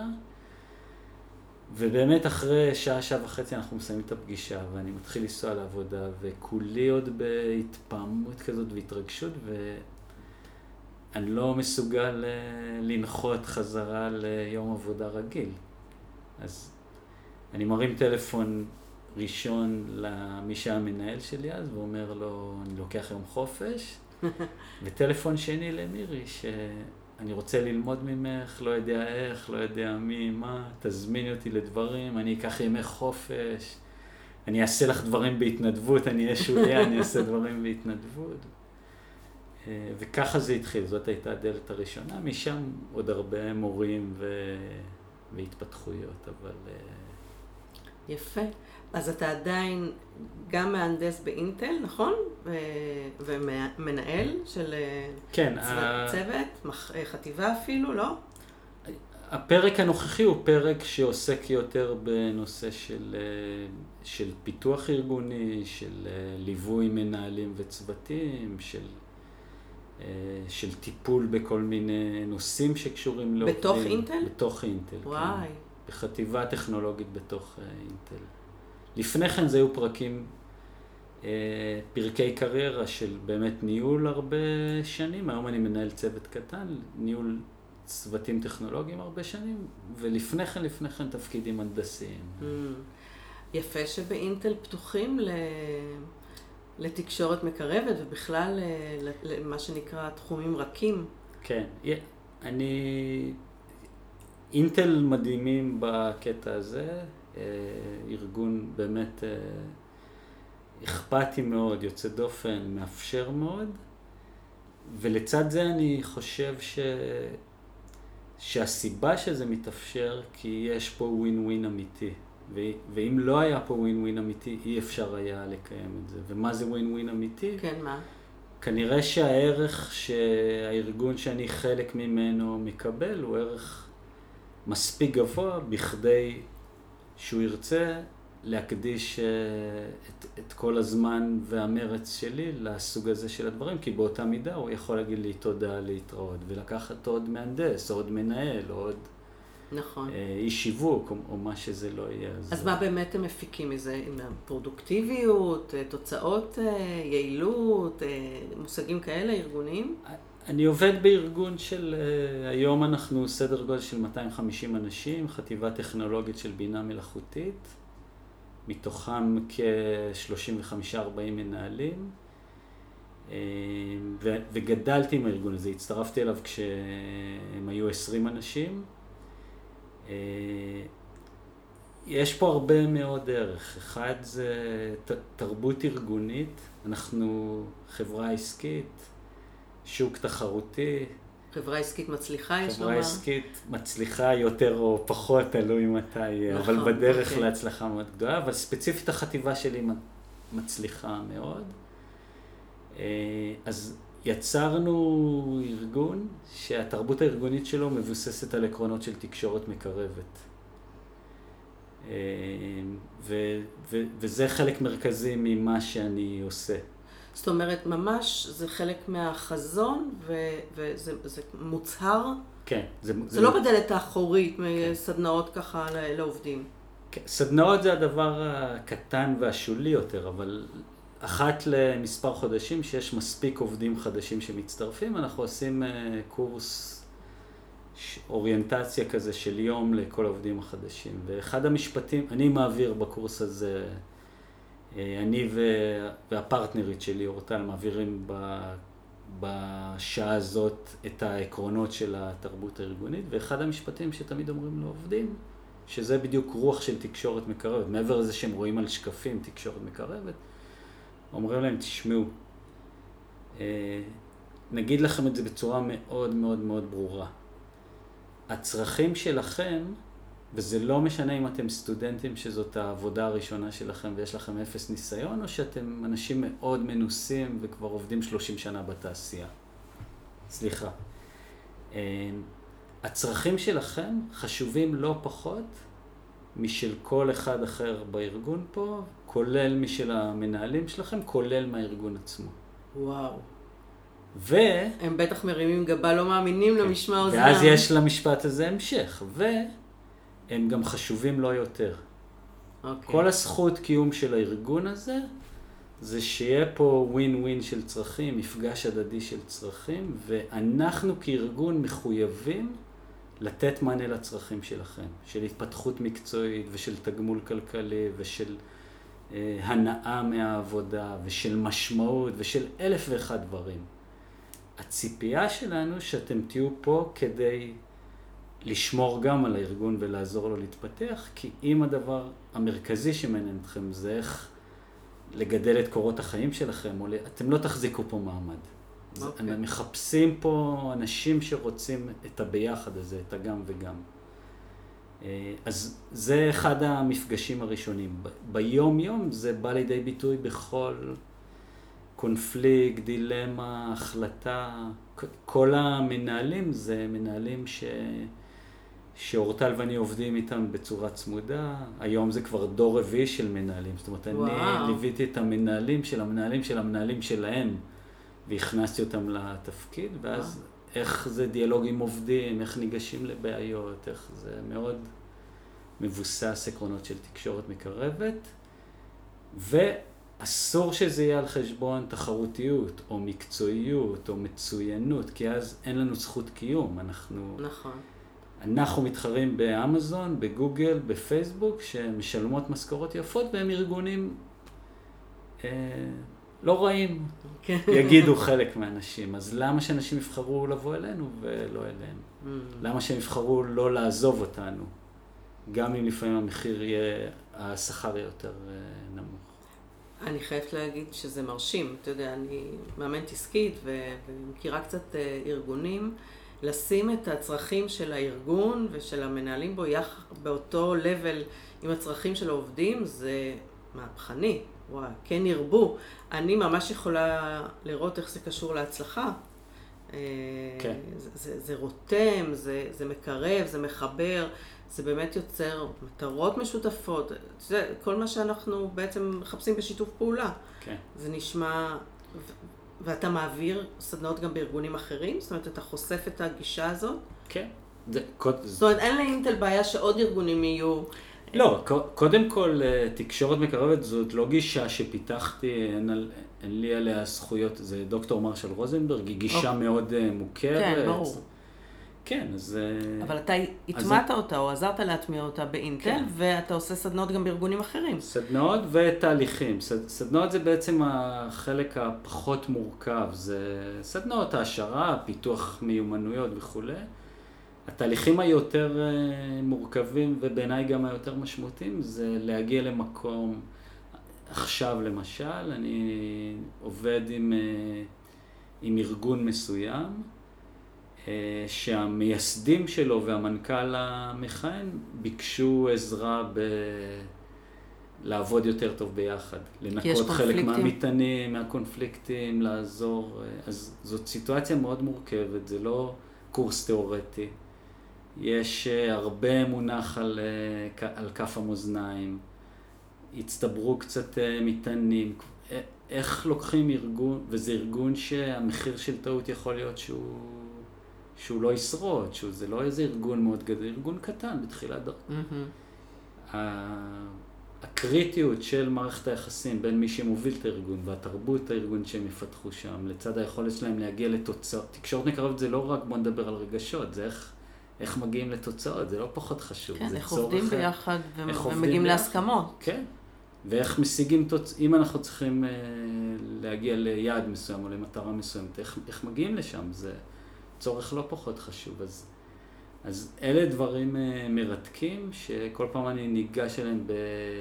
ובאמת אחרי שעה, שעה וחצי אנחנו מסיימים את הפגישה, ואני מתחיל לנסוע לעבודה, וכולי עוד בהתפעמות כזאת והתרגשות, ואני לא מסוגל לנחות חזרה ליום עבודה רגיל. אז אני מרים טלפון ראשון למי שהיה המנהל שלי אז, ואומר לו, אני לוקח יום חופש, וטלפון שני למירי, ש... אני רוצה ללמוד ממך, לא יודע איך, לא יודע מי, מה, תזמיני אותי לדברים, אני אקח ימי חופש, אני אעשה לך דברים בהתנדבות, אני אהיה שוליה, אני אעשה דברים בהתנדבות. וככה זה התחיל, זאת הייתה הדלת הראשונה, משם עוד הרבה מורים ו... והתפתחויות, אבל... יפה. אז אתה עדיין גם מהנדס באינטל, נכון? ומנהל של כן, צוות, חטיבה אפילו, לא? הפרק הנוכחי הוא פרק שעוסק יותר בנושא של, של פיתוח ארגוני, של ליווי מנהלים וצוותים, של, של טיפול בכל מיני נושאים שקשורים לעובדים. בתוך אינטל? בתוך אינטל, וואי. כן. בחטיבה טכנולוגית בתוך אינטל. לפני כן זה היו פרקים, פרקי קריירה של באמת ניהול הרבה שנים, היום אני מנהל צוות קטן, ניהול צוותים טכנולוגיים הרבה שנים, ולפני כן, לפני כן תפקידים הנדסיים. יפה שבאינטל פתוחים לתקשורת מקרבת, ובכלל למה שנקרא תחומים רכים. כן, אני... אינטל מדהימים בקטע הזה, ארגון באמת אכפתי מאוד, יוצא דופן, מאפשר מאוד, ולצד זה אני חושב ש... שהסיבה שזה מתאפשר כי יש פה ווין ווין אמיתי, ו... ואם לא היה פה ווין ווין אמיתי אי אפשר היה לקיים את זה. ומה זה ווין ווין אמיתי? כן, מה? כנראה שהערך שהארגון שאני חלק ממנו מקבל הוא ערך מספיק גבוה בכדי שהוא ירצה להקדיש את, את כל הזמן והמרץ שלי לסוג הזה של הדברים, כי באותה מידה הוא יכול להגיד לי תודה להתראות, ולקחת עוד מהנדס, עוד מנהל, עוד נכון. איש שיווק, או, או מה שזה לא יהיה. אז, אז מה באמת הם מפיקים מזה? פרודוקטיביות, תוצאות, יעילות, מושגים כאלה, ארגוניים? אני עובד בארגון של, היום אנחנו סדר גודל של מאתיים וחמישים אנשים, חטיבה טכנולוגית של בינה מלאכותית, מתוכם כ-שלושים וחמישה עד ארבעים מנהלים, ו- וגדלתי עם הארגון הזה, הצטרפתי אליו כשהם היו עשרים אנשים. יש פה הרבה מאוד דרך, אחד זה ת- תרבות ארגונית, אנחנו חברה עסקית, שוק תחרותי. חברה עסקית מצליחה, יש לומר? חברה עסקית מצליחה יותר או פחות, תלוי מתי, נכון, אבל בדרך okay. להצלחה מאוד גדולה, אבל ספציפית החטיבה שלי מצליחה מאוד. אז יצרנו ארגון שהתרבות הארגונית שלו מבוססת על עקרונות של תקשורת מקרבת. ו- ו- וזה חלק מרכזי ממה שאני עושה. זאת אומרת, ממש זה חלק מהחזון, ו- וזה זה מוצהר. כן. זה, זה, זה לא בדלת האחורית, כן. סדנאות ככה לעובדים. כן. סדנאות זה הדבר הקטן והשולי יותר, אבל אחת למספר חודשים שיש מספיק עובדים חדשים שמצטרפים, אנחנו עושים קורס אוריינטציה כזה של יום לכל העובדים החדשים. ואחד המשפטים, אני מעביר בקורס הזה, אני והפרטנרית שלי, אורטל, מעבירים בשעה הזאת את העקרונות של התרבות הארגונית, ואחד המשפטים שתמיד אומרים לעובדים, שזה בדיוק רוח של תקשורת מקרבת. מעבר לזה שהם רואים על שקפים תקשורת מקרבת, אומרים להם, תשמעו, נגיד לכם את זה בצורה מאוד מאוד מאוד ברורה. הצרכים שלכם, וזה לא משנה אם אתם סטודנטים שזאת העבודה הראשונה שלכם ויש לכם אפס ניסיון, או שאתם אנשים מאוד מנוסים וכבר עובדים שלושים שנה בתעשייה. סליחה. הצרכים שלכם חשובים לא פחות משל כל אחד אחר בארגון פה, כולל משל המנהלים שלכם, כולל מהארגון עצמו. וואו. ו... הם בטח מרימים גבה, לא מאמינים למשמע אוזנם. ואז יש למשפט הזה המשך, והם גם חשובים לא יותר. Okay. כל הזכות קיום של הארגון הזה, זה שיהיה פה ווין ווין של צרכים, מפגש הדדי של צרכים, ואנחנו כארגון מחויבים לתת מענה לצרכים שלכם, של התפתחות מקצועית ושל תגמול כלכלי ושל אה, הנאה מהעבודה ושל משמעות ושל אלף ואחד דברים. הציפייה שלנו שאתם תהיו פה כדי לשמור גם על הארגון ולעזור לו להתפתח, כי אם הדבר המרכזי שמעניין אתכם זה איך לגדל את קורות החיים שלכם, או אתם לא תחזיקו פה מעמד. Okay. אנחנו מחפשים פה אנשים שרוצים את הביחד הזה, את הגם וגם. אז זה אחד המפגשים הראשונים. ביום יום זה בא לידי ביטוי בכל קונפליקט, דילמה, החלטה. כל המנהלים זה מנהלים ש... שאורטל ואני עובדים איתם בצורה צמודה. היום זה כבר דור רביעי של מנהלים. זאת אומרת, וואו. אני ליוויתי את המנהלים של המנהלים של המנהלים שלהם, והכנסתי אותם לתפקיד, ואז וואו. איך זה דיאלוג עם עובדים, איך ניגשים לבעיות, איך זה מאוד מבוסס עקרונות של תקשורת מקרבת. ואסור שזה יהיה על חשבון תחרותיות, או מקצועיות, או מצוינות, כי אז אין לנו זכות קיום. אנחנו... נכון. אנחנו מתחרים באמזון, בגוגל, בפייסבוק, שמשלמות משכורות יפות, והם ארגונים אה, לא רעים, כן. יגידו חלק מהאנשים. אז למה שאנשים יבחרו לבוא אלינו ולא אליהם? Mm. למה שהם יבחרו לא לעזוב אותנו? גם אם לפעמים המחיר יהיה, השכר יהיה יותר אה, נמוך. אני חייבת להגיד שזה מרשים. אתה יודע, אני מאמנת עסקית ומכירה קצת אה, ארגונים, לשים את הצרכים של הארגון ושל המנהלים בו יח... באותו לבל עם הצרכים של העובדים, זה מהפכני. וואי, כן ירבו. אני ממש יכולה לראות איך זה קשור להצלחה. כן. זה, זה, זה רותם, זה, זה מקרב, זה מחבר, זה באמת יוצר מטרות משותפות. זה כל מה שאנחנו בעצם מחפשים בשיתוף פעולה. כן. זה נשמע... ואתה מעביר סדנאות גם בארגונים אחרים? זאת אומרת, אתה חושף את הגישה הזאת? כן. זה, זאת אומרת, אין לאינטל בעיה שעוד ארגונים יהיו... לא, קודם כל, תקשורת מקרבת זאת לא גישה שפיתחתי, אין, על, אין לי עליה זכויות, זה דוקטור מרשל רוזנברג, היא גישה אוקיי. מאוד מוכרת. כן, ברור. כן, אז... אבל אתה התמעת אז... אותה או עזרת להטמיע אותה באינטל, כן. ואתה עושה סדנאות גם בארגונים אחרים. סדנאות ותהליכים. סד... סדנאות זה בעצם החלק הפחות מורכב, זה סדנאות העשרה, פיתוח מיומנויות וכו'. התהליכים היותר מורכבים ובעיניי גם היותר משמעותיים זה להגיע למקום. עכשיו למשל, אני עובד עם, עם ארגון מסוים, שהמייסדים שלו והמנכ"ל המכהן ביקשו עזרה ב... לעבוד יותר טוב ביחד. לנקות חלק מהמטענים, מהקונפליקטים, לעזור. אז זאת סיטואציה מאוד מורכבת, זה לא קורס תיאורטי. יש הרבה מונח על, על כף המאזניים. הצטברו קצת מטענים, איך לוקחים ארגון, וזה ארגון שהמחיר של טעות יכול להיות שהוא, שהוא לא ישרוד, שזה לא איזה ארגון מאוד גדול, ארגון קטן בתחילת דרכו. Mm-hmm. הקריטיות של מערכת היחסים בין מי שמוביל את הארגון והתרבות הארגון שהם יפתחו שם, לצד היכולת שלהם להגיע לתוצאות. תקשורת מקרבת זה לא רק בוא נדבר על רגשות, זה איך, איך מגיעים לתוצאות, זה לא פחות חשוב. כן, זה איך עובדים ביחד ומגיעים ביחד. להסכמות. כן, ואיך משיגים תוצאות, אם אנחנו צריכים אה, להגיע ליעד מסוים או למטרה מסוימת, איך, איך מגיעים לשם, זה צורך לא פחות חשוב. אז, אז אלה דברים אה, מרתקים, שכל פעם אני ניגש אליהם ב...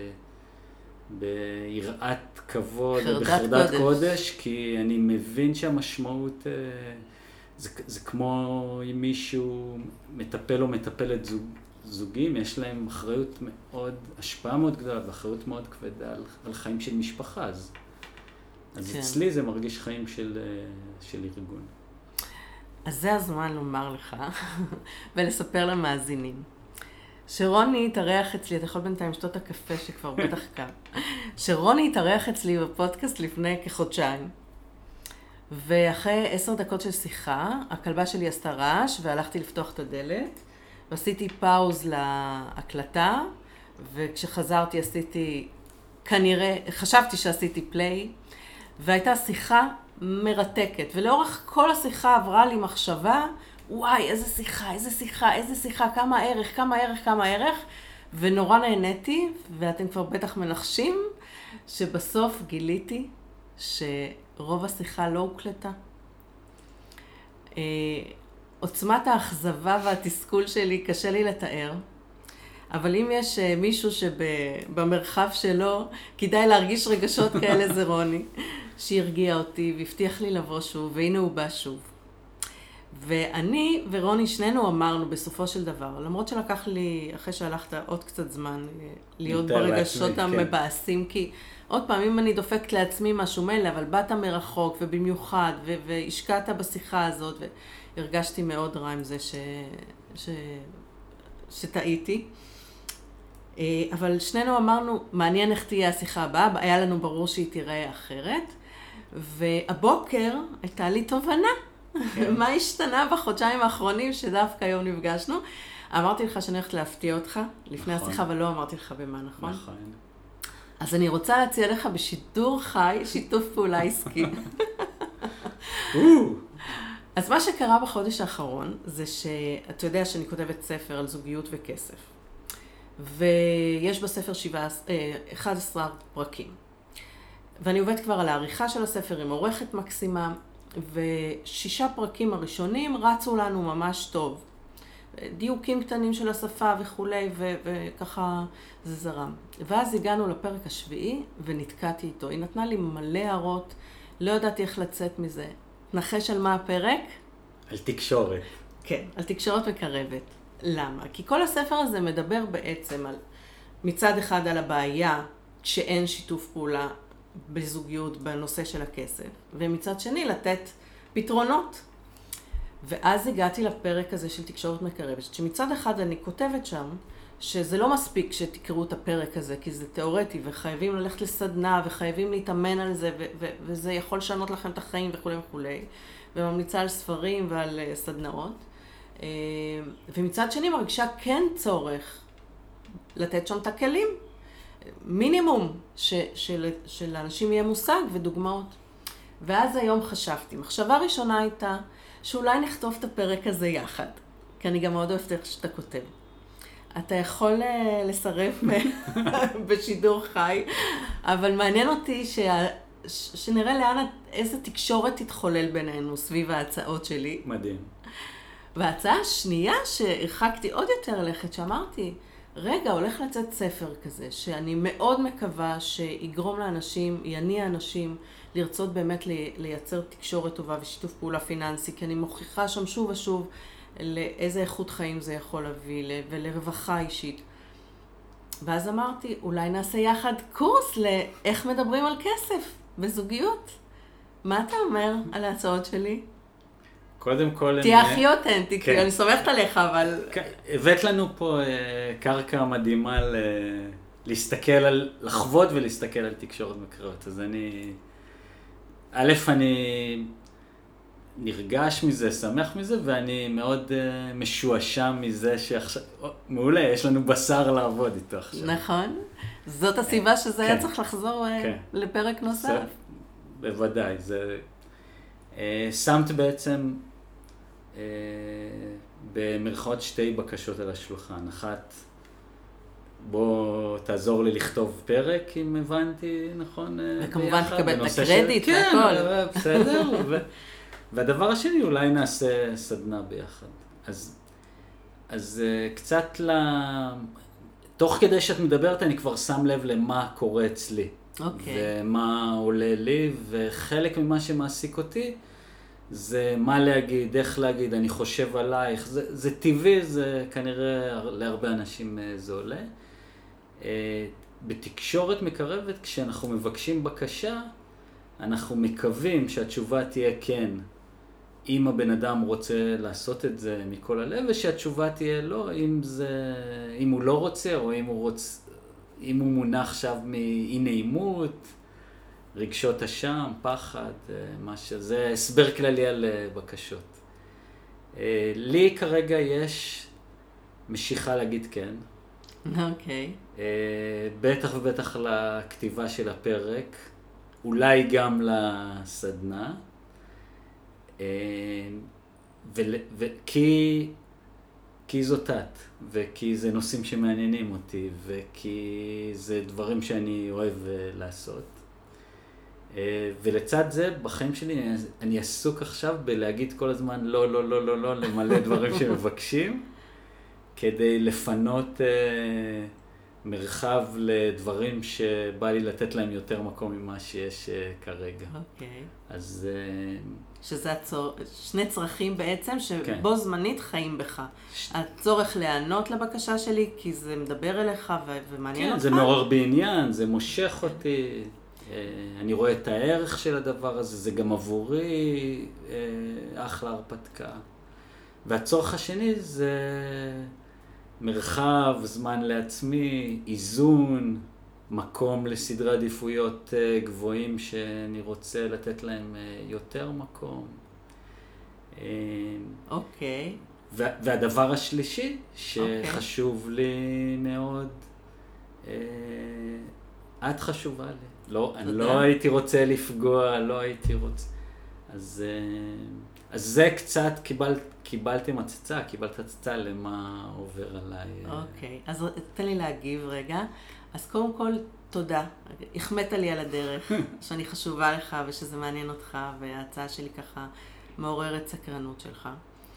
ביראת כבוד ובחרדת קודש. קודש, כי אני מבין שהמשמעות, אה, זה, זה כמו אם מישהו מטפל או מטפלת זוג, זוגים, יש להם אחריות מאוד, השפעה מאוד גדולה ואחריות מאוד כבדה על, על חיים של משפחה. אז, אז כן. אצלי זה מרגיש חיים של, של ארגון. אז זה הזמן לומר לך ולספר למאזינים. שרוני התארח אצלי, אתה יכול בינתיים לשתות הקפה שכבר בטח קם, שרוני התארח אצלי בפודקאסט לפני כחודשיים, ואחרי עשר דקות של שיחה, הכלבה שלי עשתה רעש, והלכתי לפתוח את הדלת, ועשיתי פאוז להקלטה, וכשחזרתי עשיתי, כנראה, חשבתי שעשיתי פליי, והייתה שיחה מרתקת, ולאורך כל השיחה עברה לי מחשבה, וואי, איזה שיחה, איזה שיחה, איזה שיחה, כמה ערך, כמה ערך, כמה ערך, ונורא נהניתי, ואתם כבר בטח מנחשים, שבסוף גיליתי שרוב השיחה לא הוקלטה. עוצמת האכזבה והתסכול שלי קשה לי לתאר, אבל אם יש מישהו שבמרחב שלו כדאי להרגיש רגשות כאלה, זה רוני, שהרגיע אותי והבטיח לי לבוא שוב, והנה הוא בא שוב. ואני ורוני שנינו אמרנו בסופו של דבר, למרות שלקח לי, אחרי שהלכת עוד קצת זמן, להיות ברגשות המבאסים, כי עוד פעם, אם אני דופקת לעצמי משהו מלא, אבל באת מרחוק ובמיוחד, ו- והשקעת בשיחה הזאת, והרגשתי מאוד רע עם זה ש... ש... שטעיתי. אבל שנינו אמרנו, מעניין איך תהיה השיחה הבאה, היה לנו ברור שהיא תראה אחרת, והבוקר הייתה לי תובנה. מה השתנה בחודשיים האחרונים שדווקא היום נפגשנו? אמרתי לך שאני הולכת להפתיע אותך לפני השיחה, אבל לא אמרתי לך במה, נכון? נכון. אז אני רוצה להציע לך בשידור חי שיתוף פעולה עסקי. אז מה שקרה בחודש האחרון זה שאתה יודע שאני כותבת ספר על זוגיות וכסף. ויש בספר אחד עשר פרקים. ואני עובדת כבר על העריכה של הספר עם עורכת מקסימה, ושישה פרקים הראשונים רצו לנו ממש טוב. דיוקים קטנים של השפה וכולי, ו- וככה זה זרם. ואז הגענו לפרק השביעי ונתקעתי איתו. היא נתנה לי מלא הערות, לא ידעתי איך לצאת מזה. נחש על מה הפרק? על תקשורת. כן, על תקשורת מקרבת. למה? כי כל הספר הזה מדבר בעצם על, מצד אחד על הבעיה שאין שיתוף פעולה בזוגיות בנושא של הכסף, ומצד שני לתת פתרונות. ואז הגעתי לפרק הזה של תקשורת מקרבת, שמצד אחד אני כותבת שם, שזה לא מספיק שתקראו את הפרק הזה, כי זה תיאורטי, וחייבים ללכת לסדנה, וחייבים להתאמן על זה, ו- ו- וזה יכול לשנות לכם את החיים וכו' וכו'. וממליצה על ספרים ועל סדנאות. ומצד שני מרגישה כן צורך לתת שם את הכלים. מינימום ש- של- שלאנשים יהיה מושג ודוגמאות. ואז היום חשבתי, מחשבה ראשונה הייתה שאולי נכתוב את הפרק הזה יחד, כי אני גם מאוד אוהבת איך שאתה כותב. אתה יכול לסרב בשידור חי, אבל מעניין אותי שה... שנראה לאן, איזה תקשורת תתחולל בינינו סביב ההצעות שלי. מדהים. וההצעה השנייה שהרחקתי עוד יותר לכת, שאמרתי, רגע, הולך לצאת ספר כזה, שאני מאוד מקווה שיגרום לאנשים, יניע אנשים, לרצות באמת לייצר תקשורת טובה ושיתוף פעולה פיננסי, כי אני מוכיחה שם שוב ושוב לאיזה איכות חיים זה יכול להביא, ולרווחה אישית. ואז אמרתי, אולי נעשה יחד קורס לאיך מדברים על כסף בזוגיות. מה אתה אומר על ההצעות שלי? קודם כל... תהיה הכי אותנטי, כי אני סומכת עליך, אבל... הבאת לנו פה קרקע מדהימה להסתכל על, לחוות ולהסתכל על תקשורת מקרבת. אז אני, א', אני נרגש מזה, שמח מזה, ואני מאוד uh, משועשע מזה שעכשיו, oh, מעולה, יש לנו בשר לעבוד איתו עכשיו. נכון. זאת הסיבה שזה היה צריך לחזור כן. לפרק נוסף. זה, בוודאי. זה, uh, שמת בעצם uh, במרכאות שתי בקשות על השולחן. אחת, בוא תעזור לי לכתוב פרק, אם הבנתי נכון. וכמובן תקבל את הקרדיט והכל. כן, בסדר. ו... והדבר השני, אולי נעשה סדנה ביחד. אז, אז קצת ל... תוך כדי שאת מדברת, אני כבר שם לב למה קורה אצלי. אוקיי. ומה עולה לי, וחלק ממה שמעסיק אותי, זה מה להגיד, איך להגיד, אני חושב עלייך. זה, זה טבעי, זה כנראה להרבה אנשים זה עולה. בתקשורת מקרבת, כשאנחנו מבקשים בקשה, אנחנו מקווים שהתשובה תהיה כן, אם הבן אדם רוצה לעשות את זה מכל הלב, ושהתשובה תהיה לא, אם זה, אם הוא לא רוצה, או אם הוא רוצה, אם הוא מונח עכשיו מאי נעימות, רגשות אשם, פחד, מה שזה, הסבר כללי על בקשות. לי כרגע יש משיכה להגיד כן. אוקיי. Okay. בטח ובטח לכתיבה של הפרק, אולי גם לסדנה. וכי כי זאת את, וכי זה נושאים שמעניינים אותי, וכי זה דברים שאני אוהב לעשות. ולצד זה, בחיים שלי, אני עסוק עכשיו בלהגיד כל הזמן לא, לא, לא, לא, לא, למלא דברים שמבקשים, כדי לפנות מרחב לדברים שבא לי לתת להם יותר מקום ממה שיש כרגע. אוקיי. אז... שזה הצור... שני צרכים בעצם שבו כן. זמנית חיים בך. ש... הצורך לענות לבקשה שלי, כי זה מדבר אליך ו... ומעניין כן, אותך. זה מעורר בעניין, זה מושך אותי. אני רואה את הערך של הדבר הזה, זה גם עבורי אחלה הרפתקה. והצורך השני זה מרחב, זמן לעצמי, איזון, מקום לסדרי עדיפויות גבוהים שאני רוצה לתת להם יותר מקום. אוקיי. והדבר השלישי שחשוב לי מאוד, את חשובה לי. לא, אני לא הייתי רוצה לפגוע, לא הייתי רוצה. אז, אז זה קצת קיבל, קיבלתי מצצה, קיבלת הצצה למה עובר עליי. אוקיי, אז תן לי להגיב רגע. אז קודם כל, תודה. החמאת לי על הדרך, שאני חשובה לך ושזה מעניין אותך, וההצעה שלי ככה מעוררת סקרנות שלך.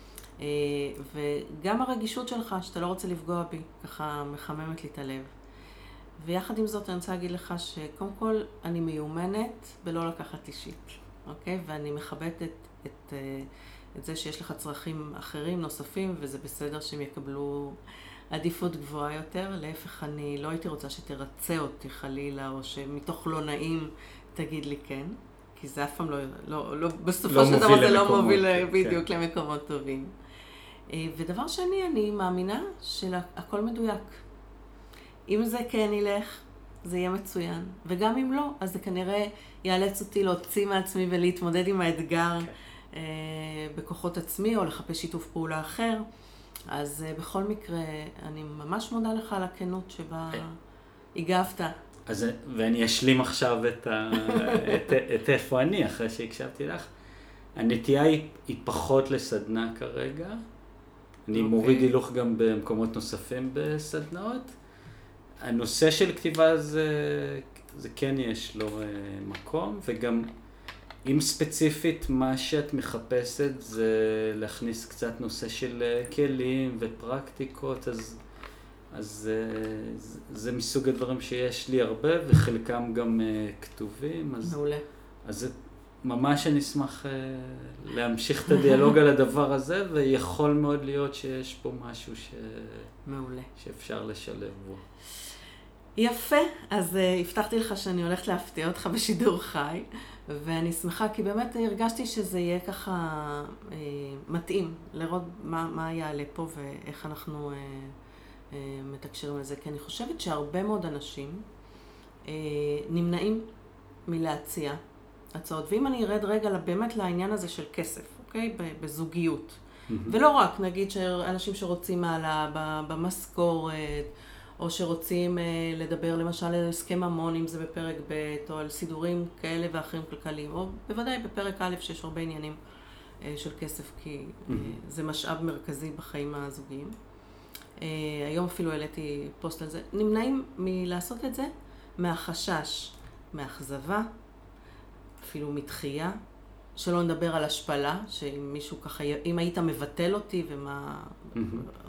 וגם הרגישות שלך, שאתה לא רוצה לפגוע בי, ככה מחממת לי את הלב. ויחד עם זאת אני רוצה להגיד לך שקודם כל אני מיומנת בלא לקחת אישית, אוקיי? ואני מכבדת את, את, את זה שיש לך צרכים אחרים, נוספים, וזה בסדר שהם יקבלו עדיפות גבוהה יותר. להפך, אני לא הייתי רוצה שתרצה אותי חלילה, או שמתוך לא נעים תגיד לי כן, כי זה אף פעם לא, לא, לא בסופו לא של דבר זה לא מוביל כן, בדיוק כן. למקומות טובים. ודבר שני, אני מאמינה שהכל מדויק. אם זה כן ילך, זה יהיה מצוין. וגם אם לא, אז זה כנראה יאלץ אותי להוציא מעצמי ולהתמודד עם האתגר okay. אה, בכוחות עצמי, או לחפש שיתוף פעולה אחר. אז אה, בכל מקרה, אני ממש מודה לך על הכנות שבה okay. הגבת. אז, ואני אשלים עכשיו את, ה, את, את איפה אני, אחרי שהקשבתי לך. הנטייה היא, היא פחות לסדנה כרגע. אני okay. מוריד הילוך גם במקומות נוספים בסדנאות. הנושא של כתיבה זה, זה כן יש לו מקום, וגם אם ספציפית מה שאת מחפשת זה להכניס קצת נושא של כלים ופרקטיקות, אז, אז זה, זה מסוג הדברים שיש לי הרבה, וחלקם גם כתובים. אז, מעולה. אז ממש אני אשמח להמשיך את הדיאלוג על הדבר הזה, ויכול מאוד להיות שיש פה משהו ש... מעולה. שאפשר לשלב בו. יפה, אז uh, הבטחתי לך שאני הולכת להפתיע אותך בשידור חי, ואני שמחה כי באמת הרגשתי שזה יהיה ככה uh, מתאים, לראות מה, מה יעלה פה ואיך אנחנו uh, מתקשרים לזה, כי אני חושבת שהרבה מאוד אנשים נמנעים מלהציע הצעות. ואם אני ארד רגע באמת לעניין הזה של כסף, אוקיי? בזוגיות. Mm-hmm. ולא רק, נגיד שאנשים שרוצים מעלה במשכורת, או שרוצים לדבר למשל על הסכם ממון, אם זה בפרק ב' או על סידורים כאלה ואחרים כלכליים, או בוודאי בפרק א' שיש הרבה עניינים של כסף, כי mm-hmm. זה משאב מרכזי בחיים הזוגיים. היום אפילו העליתי פוסט על זה. נמנעים מלעשות את זה מהחשש, מאכזבה, אפילו מתחייה, שלא נדבר על השפלה, שאם מישהו ככה, אם היית מבטל אותי ומה... Mm-hmm.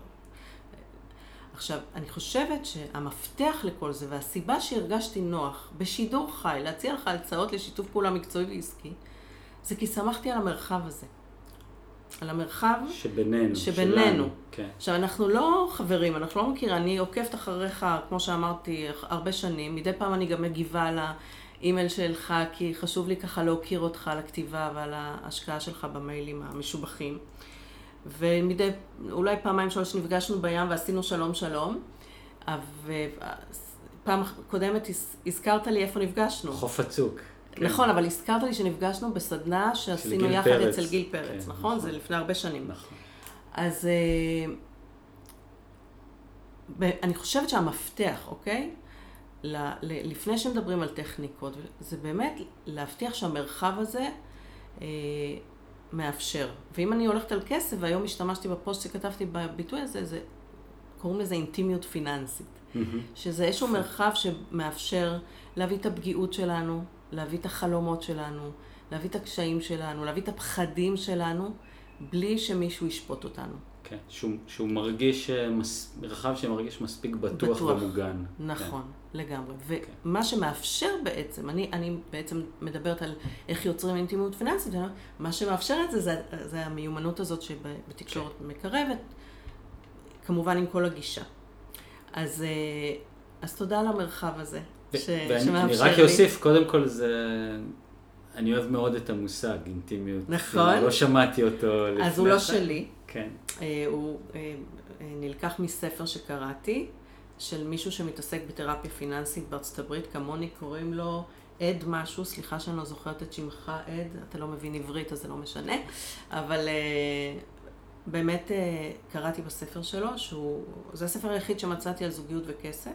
עכשיו, אני חושבת שהמפתח לכל זה, והסיבה שהרגשתי נוח בשידור חי, להציע לך הצעות לשיתוף פעולה מקצועי ועסקי, זה כי שמחתי על המרחב הזה. על המרחב שבינינו. שבינינו. כן. עכשיו, אנחנו לא חברים, אנחנו לא מכירים, אני עוקבת אחריך, כמו שאמרתי, הרבה שנים, מדי פעם אני גם מגיבה על האימייל שלך, כי חשוב לי ככה להוקיר אותך על הכתיבה ועל ההשקעה שלך במיילים המשובחים. ומדי, אולי פעמיים שלוש נפגשנו בים ועשינו שלום שלום, ופעם קודמת הזכרת לי איפה נפגשנו. חוף הצוק. כן. נכון, אבל הזכרת לי שנפגשנו בסדנה שעשינו יחד פרץ. אצל גיל פרץ, כן, נכון? נכון? זה לפני הרבה שנים. נכון. אז אני חושבת שהמפתח, אוקיי? לפני שמדברים על טכניקות, זה באמת להבטיח שהמרחב הזה מאפשר. ואם אני הולכת על כסף, והיום השתמשתי בפוסט שכתבתי בביטוי הזה, זה, קוראים לזה אינטימיות פיננסית. Mm-hmm. שזה איזשהו מרחב שמאפשר להביא את הפגיעות שלנו, להביא את החלומות שלנו, להביא את הקשיים שלנו, להביא את הפחדים שלנו, בלי שמישהו ישפוט אותנו. כן, שהוא, שהוא מרגיש, מרחב שמרגיש מספיק בטוח, בטוח. ומוגן. נכון, כן. לגמרי. ומה שמאפשר בעצם, אני, אני בעצם מדברת על איך יוצרים אינטימיות פיננסית, מה שמאפשר את זה, זה, זה המיומנות הזאת שבתקשורת כן. מקרבת, כמובן עם כל הגישה. אז, אז תודה על המרחב הזה. ש... ואני רק אוסיף, קודם כל זה, אני אוהב מאוד את המושג, אינטימיות. נכון. לא שמעתי אותו לפני. אז הוא לא שלי. כן. הוא נלקח מספר שקראתי, של מישהו שמתעסק בתרפיה פיננסית בארצות הברית, כמוני קוראים לו עד משהו, סליחה שאני לא זוכרת את שמך עד, אתה לא מבין עברית אז זה לא משנה, אבל באמת קראתי בספר שלו, שהוא, זה הספר היחיד שמצאתי על זוגיות וכסף,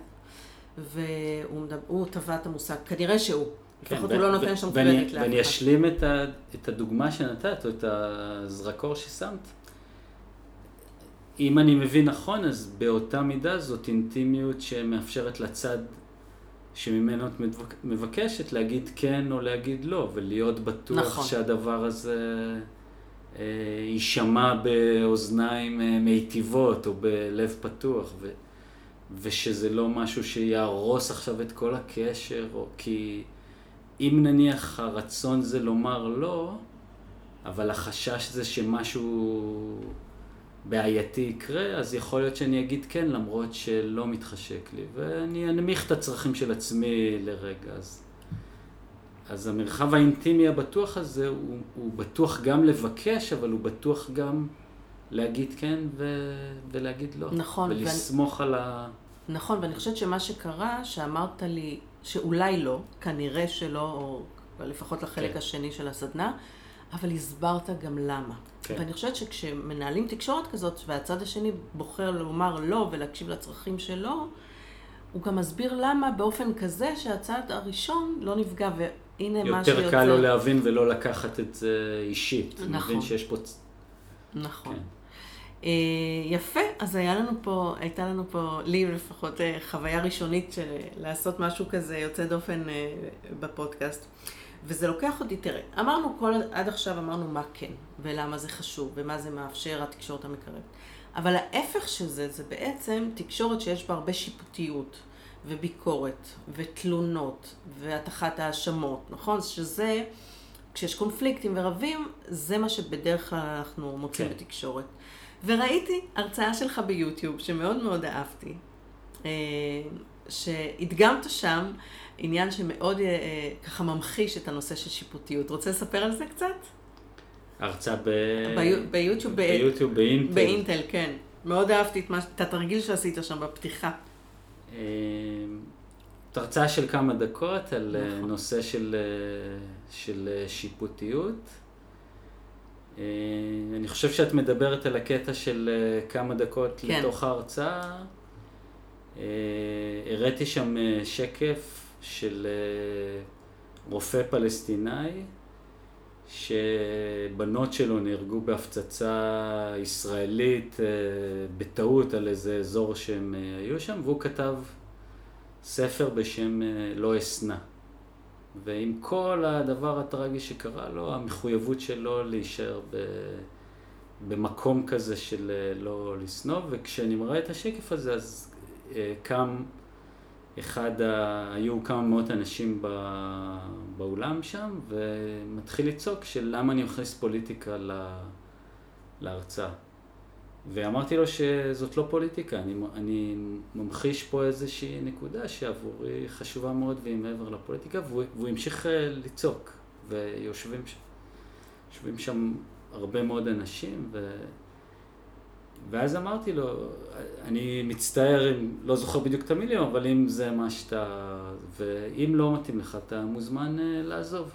והוא טבע את המושג, כנראה שהוא, לפחות הוא לא נותן שם קרדיט לאף אחד. ואני אשלים את הדוגמה שנתת, או את הזרקור ששמת. אם אני מבין נכון, אז באותה מידה זאת אינטימיות שמאפשרת לצד שממנו את מבקשת להגיד כן או להגיד לא, ולהיות בטוח נכון. שהדבר הזה אה, יישמע באוזניים אה, מיטיבות או בלב פתוח, ו, ושזה לא משהו שיהרוס עכשיו את כל הקשר, או כי אם נניח הרצון זה לומר לא, אבל החשש זה שמשהו בעייתי יקרה, אז יכול להיות שאני אגיד כן, למרות שלא מתחשק לי, ואני אנמיך את הצרכים של עצמי לרגע. אז, אז המרחב האינטימי הבטוח הזה, הוא, הוא בטוח גם לבקש, אבל הוא בטוח גם להגיד כן ו- ולהגיד לא. נכון. ולסמוך ואני, על ה... נכון, ואני חושבת שמה שקרה, שאמרת לי שאולי לא, כנראה שלא, או לפחות לחלק כן. השני של הסדנה, אבל הסברת גם למה. כן. ואני חושבת שכשמנהלים תקשורת כזאת, והצד השני בוחר לומר לא ולהקשיב לצרכים שלו, הוא גם מסביר למה באופן כזה שהצד הראשון לא נפגע, והנה מה שיוצא... יותר קל לו להבין ולא לקחת את זה אישית. נכון. מבין שיש פה... נכון. כן. יפה, אז היה לנו פה, הייתה לנו פה, לי לפחות חוויה ראשונית של לעשות משהו כזה יוצא דופן בפודקאסט. וזה לוקח אותי, תראה, אמרנו כל, עד עכשיו אמרנו מה כן, ולמה זה חשוב, ומה זה מאפשר התקשורת המקרבת. אבל ההפך של זה, זה בעצם תקשורת שיש בה הרבה שיפוטיות, וביקורת, ותלונות, והתחת האשמות, נכון? שזה, כשיש קונפליקטים ורבים, זה מה שבדרך כלל אנחנו מוצאים כן. בתקשורת. וראיתי הרצאה שלך ביוטיוב, שמאוד מאוד אהבתי, שהדגמת שם, עניין שמאוד אה, ככה ממחיש את הנושא של שיפוטיות. רוצה לספר על זה קצת? הרצאה ב... ביוטיוב, ביוטיוב, באינטל. באינטל, כן. מאוד אהבתי את, מה, את התרגיל שעשית שם בפתיחה. תרצאה של כמה דקות על נכון. נושא של, של שיפוטיות. אני חושב שאת מדברת על הקטע של כמה דקות כן. לתוך ההרצאה. הראיתי שם שקף של רופא פלסטיני, שבנות שלו נהרגו בהפצצה ישראלית בטעות על איזה אזור שהם היו שם, והוא כתב ספר בשם לא אסנה. ועם כל הדבר הטרגי שקרה לו, המחויבות שלו להישאר ב... במקום כזה של לא לסנוב, וכשאני מראה את השקף הזה, אז קם אחד, ה... היו כמה מאות אנשים בא... באולם שם, ומתחיל לצעוק של למה אני מכניס פוליטיקה ל... להרצאה. ואמרתי לו שזאת לא פוליטיקה, אני, אני ממחיש פה איזושהי נקודה שעבורי חשובה מאוד והיא מעבר לפוליטיקה, והוא, והוא המשיך לצעוק, ויושבים שם, יושבים שם הרבה מאוד אנשים, ו... ואז אמרתי לו, אני מצטער, לא זוכר בדיוק את המילים, אבל אם זה מה שאתה, ואם לא מתאים לך, אתה מוזמן לעזוב.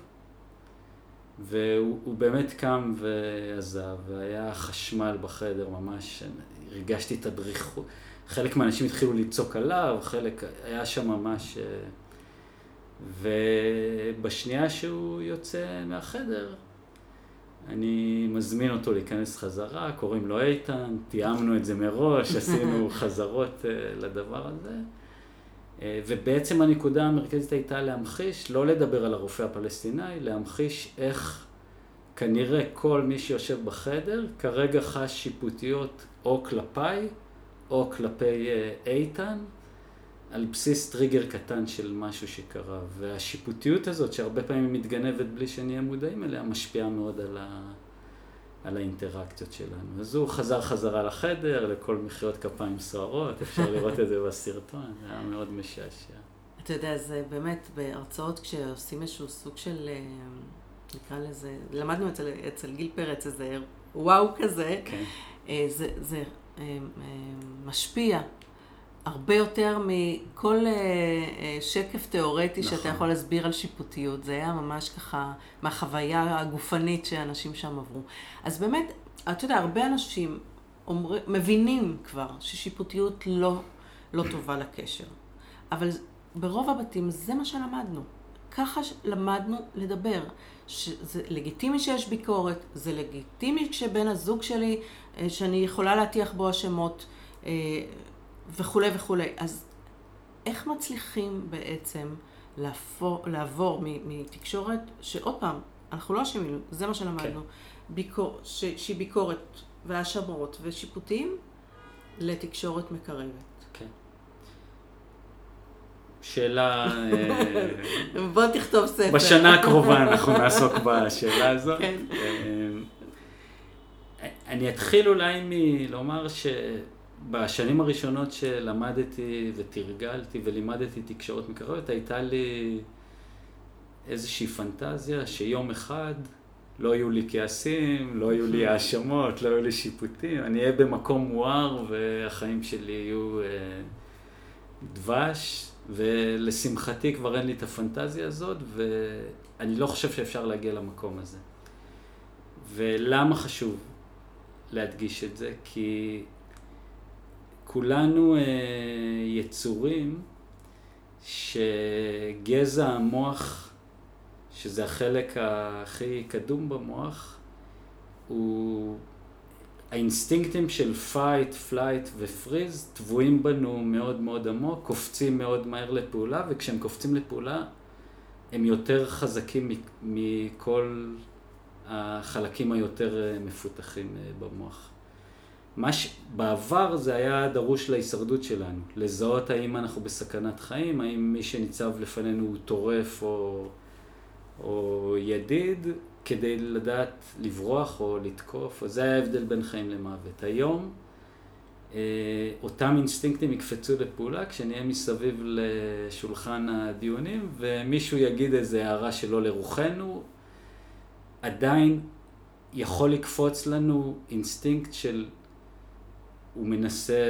והוא באמת קם ועזב, והיה חשמל בחדר ממש, הרגשתי את הדריכות, חלק מהאנשים התחילו לצעוק עליו, חלק היה שם ממש, ובשנייה שהוא יוצא מהחדר, אני מזמין אותו להיכנס חזרה, קוראים לו איתן, תיאמנו את זה מראש, עשינו חזרות לדבר הזה, ובעצם הנקודה המרכזית הייתה להמחיש, לא לדבר על הרופא הפלסטיני, להמחיש איך כנראה כל מי שיושב בחדר כרגע חש שיפוטיות או כלפיי או כלפי איתן, על בסיס טריגר קטן של משהו שקרה. והשיפוטיות הזאת שהרבה פעמים מתגנבת בלי שנהיה מודעים אליה, משפיעה מאוד על, ה... על האינטראקציות שלנו. אז הוא חזר חזרה לחדר, לכל מחיאות כפיים סוערות, אפשר לראות את זה בסרטון, זה היה מאוד משעשע. אתה יודע, זה באמת בהרצאות כשעושים איזשהו סוג של, נקרא לזה, למדנו אצל, אצל גיל פרץ איזה וואו כזה, כן. זה, זה משפיע. הרבה יותר מכל שקף תיאורטי נכון. שאתה יכול להסביר על שיפוטיות. זה היה ממש ככה מהחוויה הגופנית שאנשים שם עברו. אז באמת, אתה יודע, הרבה אנשים אומר, מבינים כבר ששיפוטיות לא, לא טובה לקשר. אבל ברוב הבתים זה מה שלמדנו. ככה למדנו לדבר. זה לגיטימי שיש ביקורת, זה לגיטימי כשבן הזוג שלי, שאני יכולה להטיח בו השמות, וכו' וכו'. אז איך מצליחים בעצם לעבור, לעבור מתקשורת, שעוד פעם, אנחנו לא אשמים, זה מה שלמדנו, okay. ביקור, ש, שהיא ביקורת והאשמות ושיפוטים, לתקשורת מקרבת. כן. Okay. שאלה... בוא תכתוב ספר. בשנה הקרובה אנחנו נעסוק בשאלה הזאת. כן. אני אתחיל אולי מלומר ש... בשנים הראשונות שלמדתי ותרגלתי ולימדתי תקשורת מקרבת, הייתה לי איזושהי פנטזיה שיום אחד לא יהיו לי כעסים, לא יהיו לי האשמות, לא יהיו לי שיפוטים, אני אהיה במקום מואר והחיים שלי יהיו אה, דבש, ולשמחתי כבר אין לי את הפנטזיה הזאת, ואני לא חושב שאפשר להגיע למקום הזה. ולמה חשוב להדגיש את זה? כי כולנו אה, יצורים שגזע המוח, שזה החלק הכי קדום במוח, הוא האינסטינקטים של fight, flight ו-freeze טבועים בנו מאוד מאוד עמוק, קופצים מאוד מהר לפעולה, וכשהם קופצים לפעולה הם יותר חזקים מכל החלקים היותר מפותחים במוח. מה שבעבר זה היה דרוש להישרדות שלנו, לזהות האם אנחנו בסכנת חיים, האם מי שניצב לפנינו הוא טורף או, או ידיד, כדי לדעת לברוח או לתקוף, זה היה ההבדל בין חיים למוות. היום אותם אינסטינקטים יקפצו לפעולה כשנהיה מסביב לשולחן הדיונים, ומישהו יגיד איזו הערה שלא לרוחנו, עדיין יכול לקפוץ לנו אינסטינקט של הוא מנסה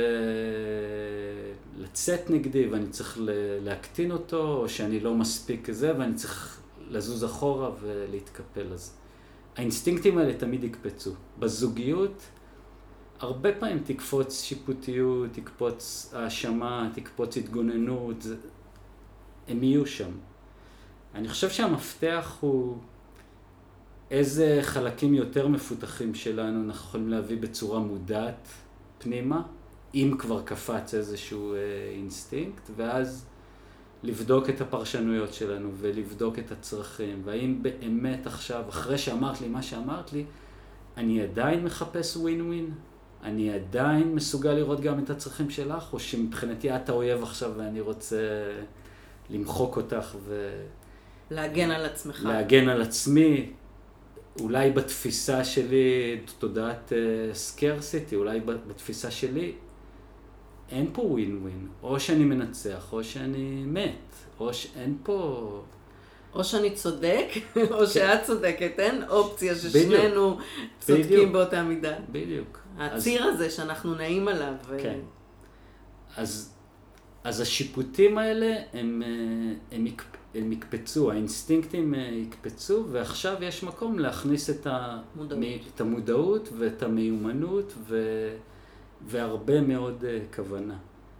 לצאת נגדי ואני צריך להקטין אותו, או שאני לא מספיק כזה ואני צריך לזוז אחורה ולהתקפל. אז האינסטינקטים האלה תמיד יקפצו. בזוגיות, הרבה פעמים תקפוץ שיפוטיות, תקפוץ האשמה, תקפוץ התגוננות, זה... הם יהיו שם. אני חושב שהמפתח הוא איזה חלקים יותר מפותחים שלנו אנחנו יכולים להביא בצורה מודעת פנימה, אם כבר קפץ איזשהו אינסטינקט, ואז לבדוק את הפרשנויות שלנו ולבדוק את הצרכים, והאם באמת עכשיו, אחרי שאמרת לי מה שאמרת לי, אני עדיין מחפש ווין ווין? אני עדיין מסוגל לראות גם את הצרכים שלך, או שמבחינתי את האויב עכשיו ואני רוצה למחוק אותך ו... להגן על עצמך. להגן על עצמי, אולי בתפיסה שלי, תודעת סקרסיטי, אולי בתפיסה שלי, אין פה ווין ווין. או שאני מנצח, או שאני מת, או שאין פה... או שאני צודק, או שאת צודקת, אין אופציה ששנינו צודקים באותה מידה. בדיוק. הציר הזה שאנחנו נעים עליו. כן. אז, אז השיפוטים האלה הם, הם, הם יקפצו, האינסטינקטים יקפצו, ועכשיו יש מקום להכניס את, המודעות. את המודעות ואת המיומנות ו, והרבה מאוד כוונה.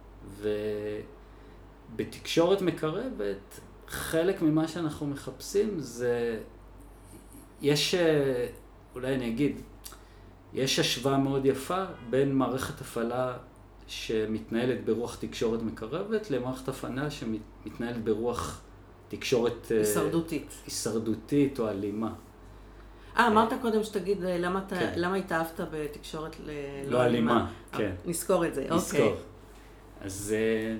ובתקשורת מקרבת, חלק ממה שאנחנו מחפשים זה, יש, אולי אני אגיד, יש השוואה מאוד יפה בין מערכת הפעלה שמתנהלת ברוח תקשורת מקרבת למערכת הפעלה שמתנהלת ברוח תקשורת הישרדותית, הישרדותית או אלימה. אה, אמרת קודם שתגיד למה, כן. למה התאהבת בתקשורת ל... לא אלימה, כן. נזכור את זה, נזכור. אוקיי. אז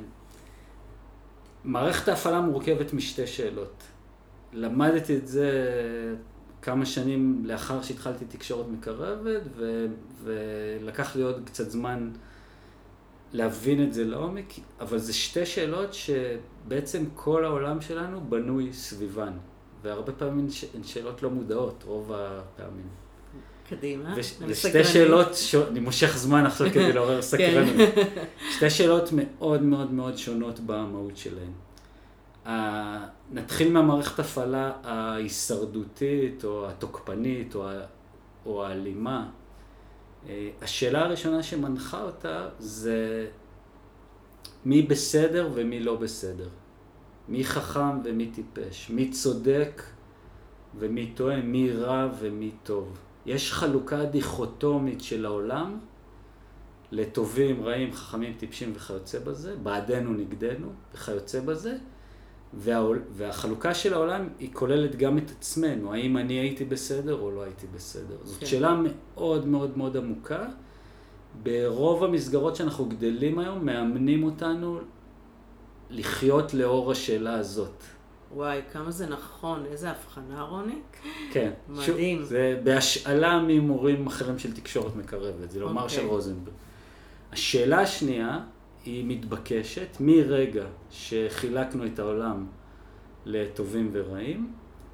מערכת ההפעלה מורכבת משתי שאלות. למדתי את זה כמה שנים לאחר שהתחלתי תקשורת מקרבת, ו... ולקח לי עוד קצת זמן להבין את זה לעומק, אבל זה שתי שאלות שבעצם כל העולם שלנו בנוי סביבן, והרבה פעמים הן שאלות לא מודעות, רוב הפעמים. קדימה. ושתי שאלות, ש... אני מושך זמן עכשיו כדי לעורר סקרנות. שתי שאלות מאוד מאוד מאוד שונות במהות שלהן. נתחיל מהמערכת הפעלה ההישרדותית או התוקפנית או, ה... או האלימה. השאלה הראשונה שמנחה אותה זה מי בסדר ומי לא בסדר. מי חכם ומי טיפש. מי צודק ומי טועה. מי רע ומי טוב. יש חלוקה דיכוטומית של העולם לטובים, רעים, חכמים, טיפשים וכיוצא בזה, בעדנו נגדנו וכיוצא בזה, וה... והחלוקה של העולם היא כוללת גם את עצמנו, האם אני הייתי בסדר או לא הייתי בסדר. זאת כן. שאלה מאוד מאוד מאוד עמוקה. ברוב המסגרות שאנחנו גדלים היום, מאמנים אותנו לחיות לאור השאלה הזאת. וואי, כמה זה נכון, איזה הבחנה, רוני. כן. מדהים. שוב, זה בהשאלה ממורים אחרים של תקשורת מקרבת, זה לא מרשל רוזנברג. השאלה השנייה היא מתבקשת מרגע שחילקנו את העולם לטובים ורעים.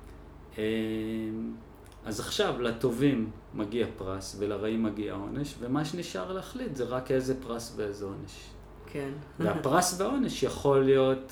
אז עכשיו לטובים מגיע פרס ולרעים מגיע עונש, ומה שנשאר להחליט זה רק איזה פרס ואיזה עונש. כן. והפרס והעונש יכול להיות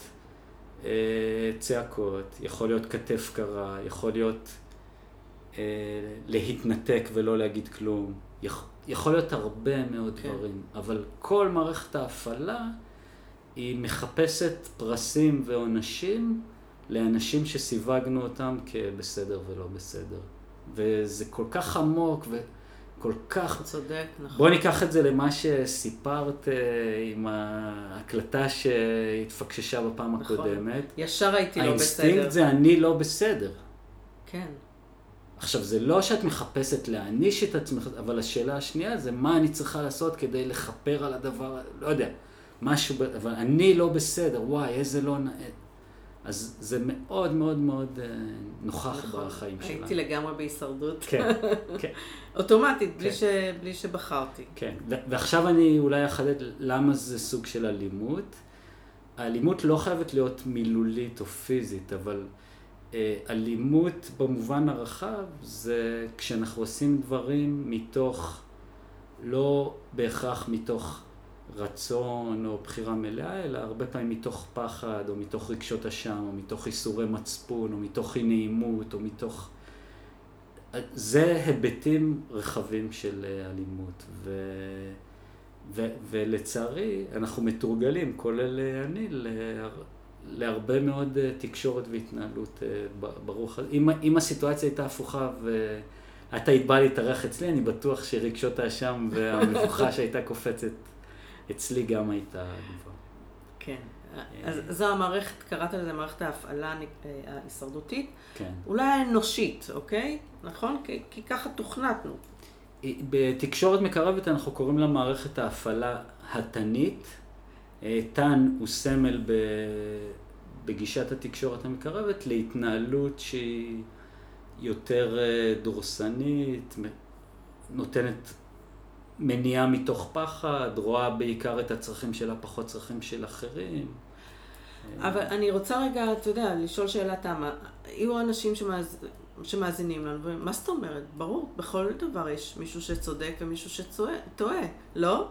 צעקות, יכול להיות כתף קרה, יכול להיות אה, להתנתק ולא להגיד כלום, יכול, יכול להיות הרבה מאוד כן. דברים, אבל כל מערכת ההפעלה היא מחפשת פרסים ועונשים לאנשים שסיווגנו אותם כבסדר ולא בסדר. וזה כל כך עמוק וכל כך... צודק, נכון. בוא ניקח את זה למה שסיפרת עם ההקלטה שהתפקששה בפעם נכון. הקודמת. ישר הייתי לא בסדר. האינסטינקט זה אני לא בסדר. כן. עכשיו, זה לא שאת מחפשת להעניש את עצמך, אבל השאלה השנייה זה מה אני צריכה לעשות כדי לחפר על הדבר, לא יודע, משהו, אבל אני לא בסדר, וואי, איזה לא נאה. אז זה מאוד מאוד מאוד נוכח נכון. בחיים שלנו. הייתי לגמרי בהישרדות. כן, כן. אוטומטית, כן. בלי, ש... בלי שבחרתי. כן, ו- ועכשיו אני אולי אחדד למה זה סוג של אלימות. האלימות לא חייבת להיות מילולית או פיזית, אבל אה, אלימות במובן הרחב זה כשאנחנו עושים דברים מתוך לא בהכרח מתוך רצון או בחירה מלאה, אלא הרבה פעמים מתוך פחד, או מתוך רגשות אשם, או מתוך איסורי מצפון, או מתוך אי נעימות, או מתוך... זה היבטים רחבים של אלימות, ו... ו... ולצערי אנחנו מתורגלים, כולל אני, לה... להרבה מאוד תקשורת והתנהלות ברוח. אם, אם הסיטואציה הייתה הפוכה ואתה היית בא להתארח אצלי, אני בטוח שרגשות האשם והמבוכה שהייתה קופצת אצלי גם הייתה גבוהה. כן. אז זו המערכת, קראת לזה מערכת ההפעלה ההישרדותית, כן. אולי האנושית, אוקיי? נכון? כי, כי ככה תוכנתנו. בתקשורת מקרבת אנחנו קוראים לה מערכת ההפעלה התנית. תן הוא סמל בגישת התקשורת המקרבת להתנהלות שהיא יותר דורסנית, נותנת מניעה מתוך פחד, רואה בעיקר את הצרכים שלה, פחות צרכים של אחרים. אבל אני רוצה רגע, אתה יודע, לשאול שאלה תמה. יהיו אנשים שמאז, שמאזינים לנו, ומה זאת אומרת? ברור, בכל דבר יש מישהו שצודק ומישהו שטועה, לא?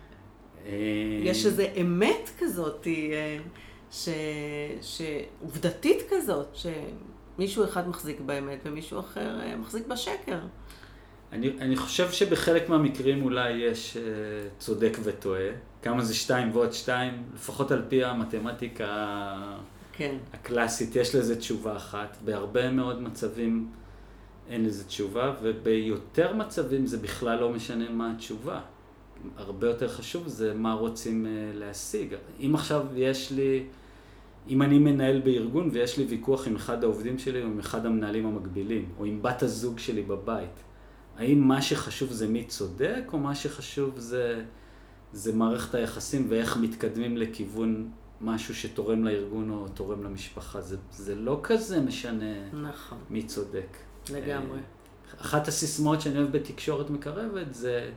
יש איזו אמת כזאת, ש... שעובדתית כזאת, שמישהו אחד מחזיק באמת ומישהו אחר מחזיק בשקר. אני, אני חושב שבחלק מהמקרים אולי יש uh, צודק וטועה. כמה זה שתיים ועוד שתיים, לפחות על פי המתמטיקה כן. הקלאסית, יש לזה תשובה אחת. בהרבה מאוד מצבים אין לזה תשובה, וביותר מצבים זה בכלל לא משנה מה התשובה. הרבה יותר חשוב זה מה רוצים uh, להשיג. אם עכשיו יש לי, אם אני מנהל בארגון ויש לי ויכוח עם אחד העובדים שלי או עם אחד המנהלים המקבילים, או עם בת הזוג שלי בבית, האם מה שחשוב זה מי צודק, או מה שחשוב זה, זה מערכת היחסים ואיך מתקדמים לכיוון משהו שתורם לארגון או תורם למשפחה? זה, זה לא כזה משנה נכון. מי צודק. לגמרי. אחת הסיסמאות שאני אוהב בתקשורת מקרבת זה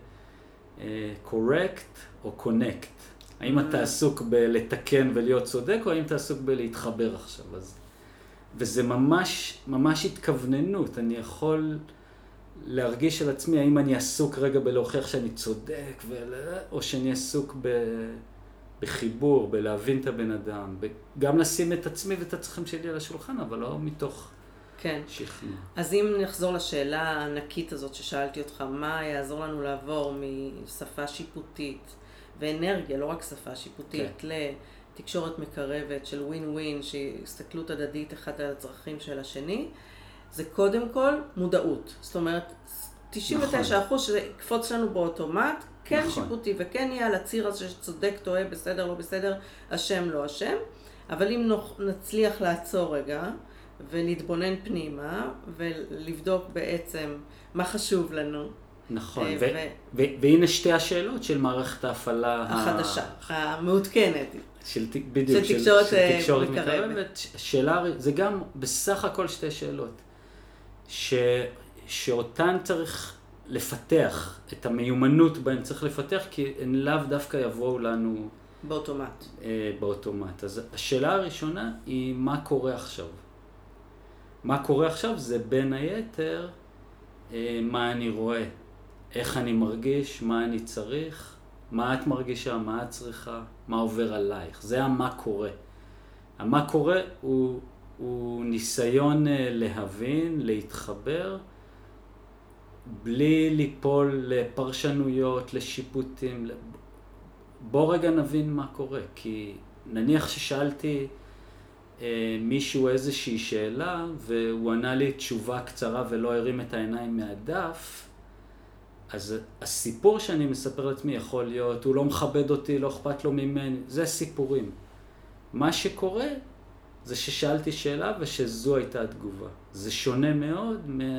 correct או connect. האם אתה עסוק בלתקן ולהיות צודק, או האם אתה עסוק בלהתחבר עכשיו? אז, וזה ממש, ממש התכווננות. אני יכול להרגיש על עצמי, האם אני עסוק רגע בלהוכיח שאני צודק, או שאני עסוק ב... בחיבור, בלהבין את הבן אדם, גם לשים את עצמי ואת הצרכים שלי על השולחן, אבל לא מתוך כן. שכנוע. אז אם נחזור לשאלה הענקית הזאת ששאלתי אותך, מה יעזור לנו לעבור משפה שיפוטית ואנרגיה, לא רק שפה שיפוטית, כן. לתקשורת מקרבת של ווין ווין, שהיא הסתכלות הדדית אחד על הצרכים של השני, זה קודם כל מודעות. זאת אומרת, תשעים ותשע אחוז שזה יקפוץ לנו באוטומט, כן נכון. שיפוטי וכן יהיה על הציר הזה שצודק, טועה, בסדר, לא בסדר, אשם, לא אשם. אבל אם נצליח לעצור רגע ולהתבונן פנימה ולבדוק בעצם מה חשוב לנו. נכון, ו- ו- ו- והנה שתי השאלות של מערכת ההפעלה החדשה, המעודכנת. של, בדיוק, של תקשורת, של, של תקשורת מקרבת. מקרבת. שאלה, זה גם בסך הכל שתי שאלות, ש, שאותן צריך לפתח, את המיומנות בהן צריך לפתח, כי הן לאו דווקא יבואו לנו באוטומט. אה, באוטומט. אז השאלה הראשונה היא מה קורה עכשיו. מה קורה עכשיו זה בין היתר אה, מה אני רואה, איך אני מרגיש, מה אני צריך, מה את מרגישה, מה את צריכה, מה עובר עלייך. זה המה קורה. המה קורה הוא, הוא ניסיון להבין, להתחבר, בלי ליפול לפרשנויות, לשיפוטים. בוא רגע נבין מה קורה, כי נניח ששאלתי אה, מישהו איזושהי שאלה, והוא ענה לי תשובה קצרה ולא הרים את העיניים מהדף, אז הסיפור שאני מספר לעצמי יכול להיות, הוא לא מכבד אותי, לא אכפת לו ממני, זה סיפורים. מה שקורה זה ששאלתי שאלה ושזו הייתה התגובה. זה שונה מאוד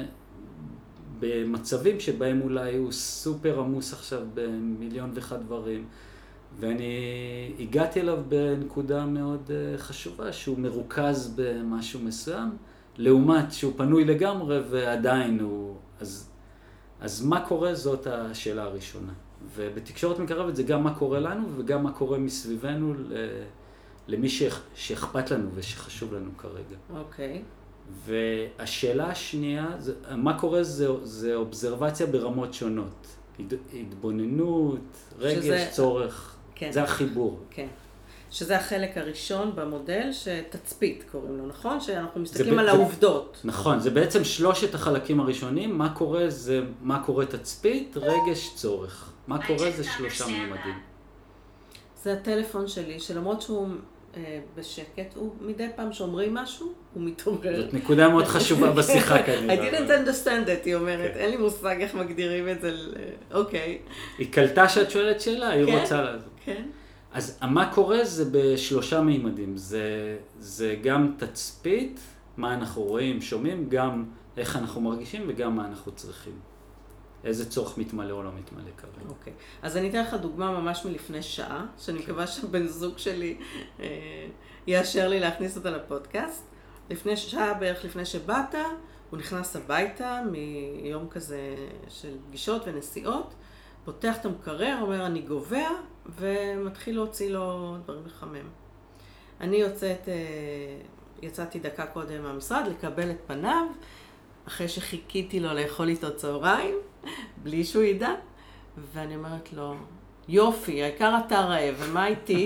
במצבים שבהם אולי הוא סופר עמוס עכשיו במיליון ואחד דברים, ואני הגעתי אליו בנקודה מאוד חשובה, שהוא מרוכז במשהו מסוים, לעומת שהוא פנוי לגמרי ועדיין הוא... אז, אז מה קורה? זאת השאלה הראשונה. ובתקשורת מקרבת זה גם מה קורה לנו וגם מה קורה מסביבנו למי שאכפת לנו ושחשוב לנו כרגע. אוקיי. והשאלה השנייה, זה, מה קורה זה, זה אובזרבציה ברמות שונות. התבוננות, רגש, שזה... צורך, כן. זה החיבור. כן. שזה החלק הראשון במודל, שתצפית קוראים לו, נכון? שאנחנו מסתכלים על העובדות. נכון, זה בעצם שלושת החלקים הראשונים, מה קורה זה, מה קורה תצפית, רגש, צורך. מה קורה זה שלושה מימדים. זה הטלפון שלי, שלמרות שהוא אה, בשקט, הוא מדי פעם שאומרים משהו, הוא מתעורר. זאת נקודה מאוד חשובה בשיחה כנראה. I didn't understand it, היא אומרת, אין לי מושג איך מגדירים את זה, אוקיי. היא קלטה שאת שואלת שאלה, היא רוצה לעזור. כן. אז מה קורה זה בשלושה מימדים, זה, זה גם תצפית, מה אנחנו רואים, שומעים, גם איך אנחנו מרגישים וגם מה אנחנו צריכים. איזה צורך מתמלא או לא מתמלא כרגע. אוקיי, אז אני אתן לך דוגמה ממש מלפני שעה, שאני מקווה שהבן זוג שלי אה, יאשר לי להכניס אותה לפודקאסט. לפני שעה בערך לפני שבאת, הוא נכנס הביתה מיום כזה של פגישות ונסיעות, פותח את המקרר, אומר אני גובע, ומתחיל להוציא לו דברים לחמם. אני יוצאת, יצאתי דקה קודם מהמשרד לקבל את פניו, אחרי שחיכיתי לו לאכול איתו צהריים, בלי שהוא ידע, ואני אומרת לו, יופי, העיקר אתה רעב, ומה איתי?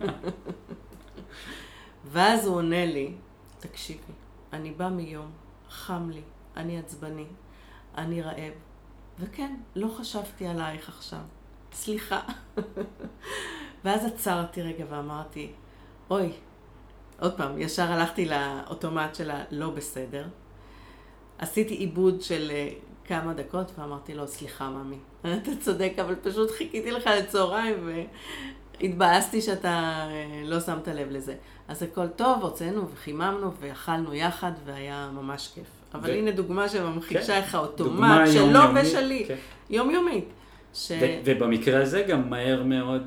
ואז הוא עונה לי, תקשיבי, אני בא מיום, חם לי, אני עצבני, אני רעב. וכן, לא חשבתי עלייך עכשיו. סליחה. ואז עצרתי רגע ואמרתי, אוי, עוד פעם, ישר הלכתי לאוטומט של הלא בסדר. עשיתי עיבוד של כמה דקות ואמרתי לו, סליחה ממי, אתה צודק, אבל פשוט חיכיתי לך לצהריים והתבאסתי שאתה לא שמת לב לזה. אז הכל טוב, הוצאנו וחיממנו ואכלנו יחד והיה ממש כיף. אבל ו... הנה דוגמה שממחישה איך האוטומט שלו ושלי, כן. יומיומית. ש... ו... ובמקרה הזה גם מהר מאוד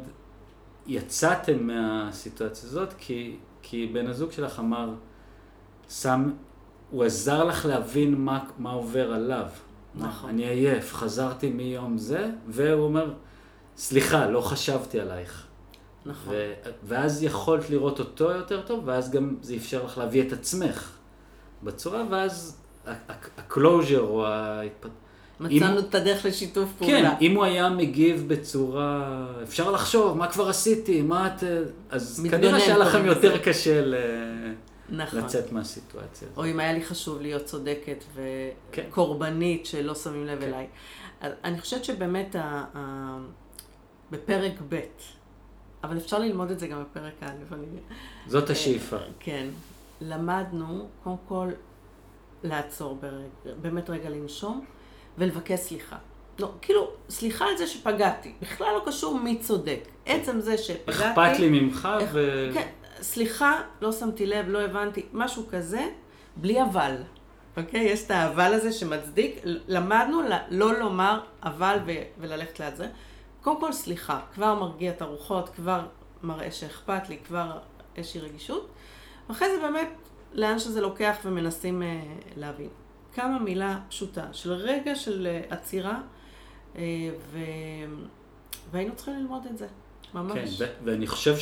יצאתם מהסיטואציה הזאת, כי, כי בן הזוג שלך אמר, שם, הוא עזר לך להבין מה, מה עובר עליו. נכון. אני עייף, חזרתי מיום זה, והוא אומר, סליחה, לא חשבתי עלייך. נכון. ו... ואז יכולת לראות אותו יותר טוב, ואז גם זה אפשר לך להביא את עצמך בצורה, ואז הקלוז'ר או ההתפתחות. מצאנו את הדרך לשיתוף פעולה. כן, אם הוא היה מגיב בצורה, אפשר לחשוב, מה כבר עשיתי, מה את... אז כנראה שהיה לכם יותר קשה ל... נכון. לצאת מהסיטואציה. או אם היה לי חשוב להיות צודקת וקורבנית כן. שלא שמים לב כן. אליי. אני חושבת שבאמת ה... ה... בפרק ב', אבל אפשר ללמוד את זה גם בפרק א'. אני... זאת השאיפה. כן. למדנו, קודם כל, לעצור ברגע, באמת רגע לנשום, ולבקש סליחה. לא, כאילו, סליחה על זה שפגעתי. בכלל לא קשור מי צודק. עצם זה שפגעתי... אכפת לי ממך איך, ו... כן, סליחה, לא שמתי לב, לא הבנתי, משהו כזה, בלי אבל. אוקיי? יש את האבל הזה שמצדיק. למדנו לא לומר אבל ו- וללכת ליד זה. קודם כל, סליחה. כבר מרגיע את הרוחות, כבר מראה שאכפת לי, כבר יש לי רגישות. ואחרי זה באמת, לאן שזה לוקח ומנסים אה, להבין. כמה מילה פשוטה של רגע של אה, עצירה, אה, ו... והיינו צריכים ללמוד את זה, ממש. כן, ו- ואני חושב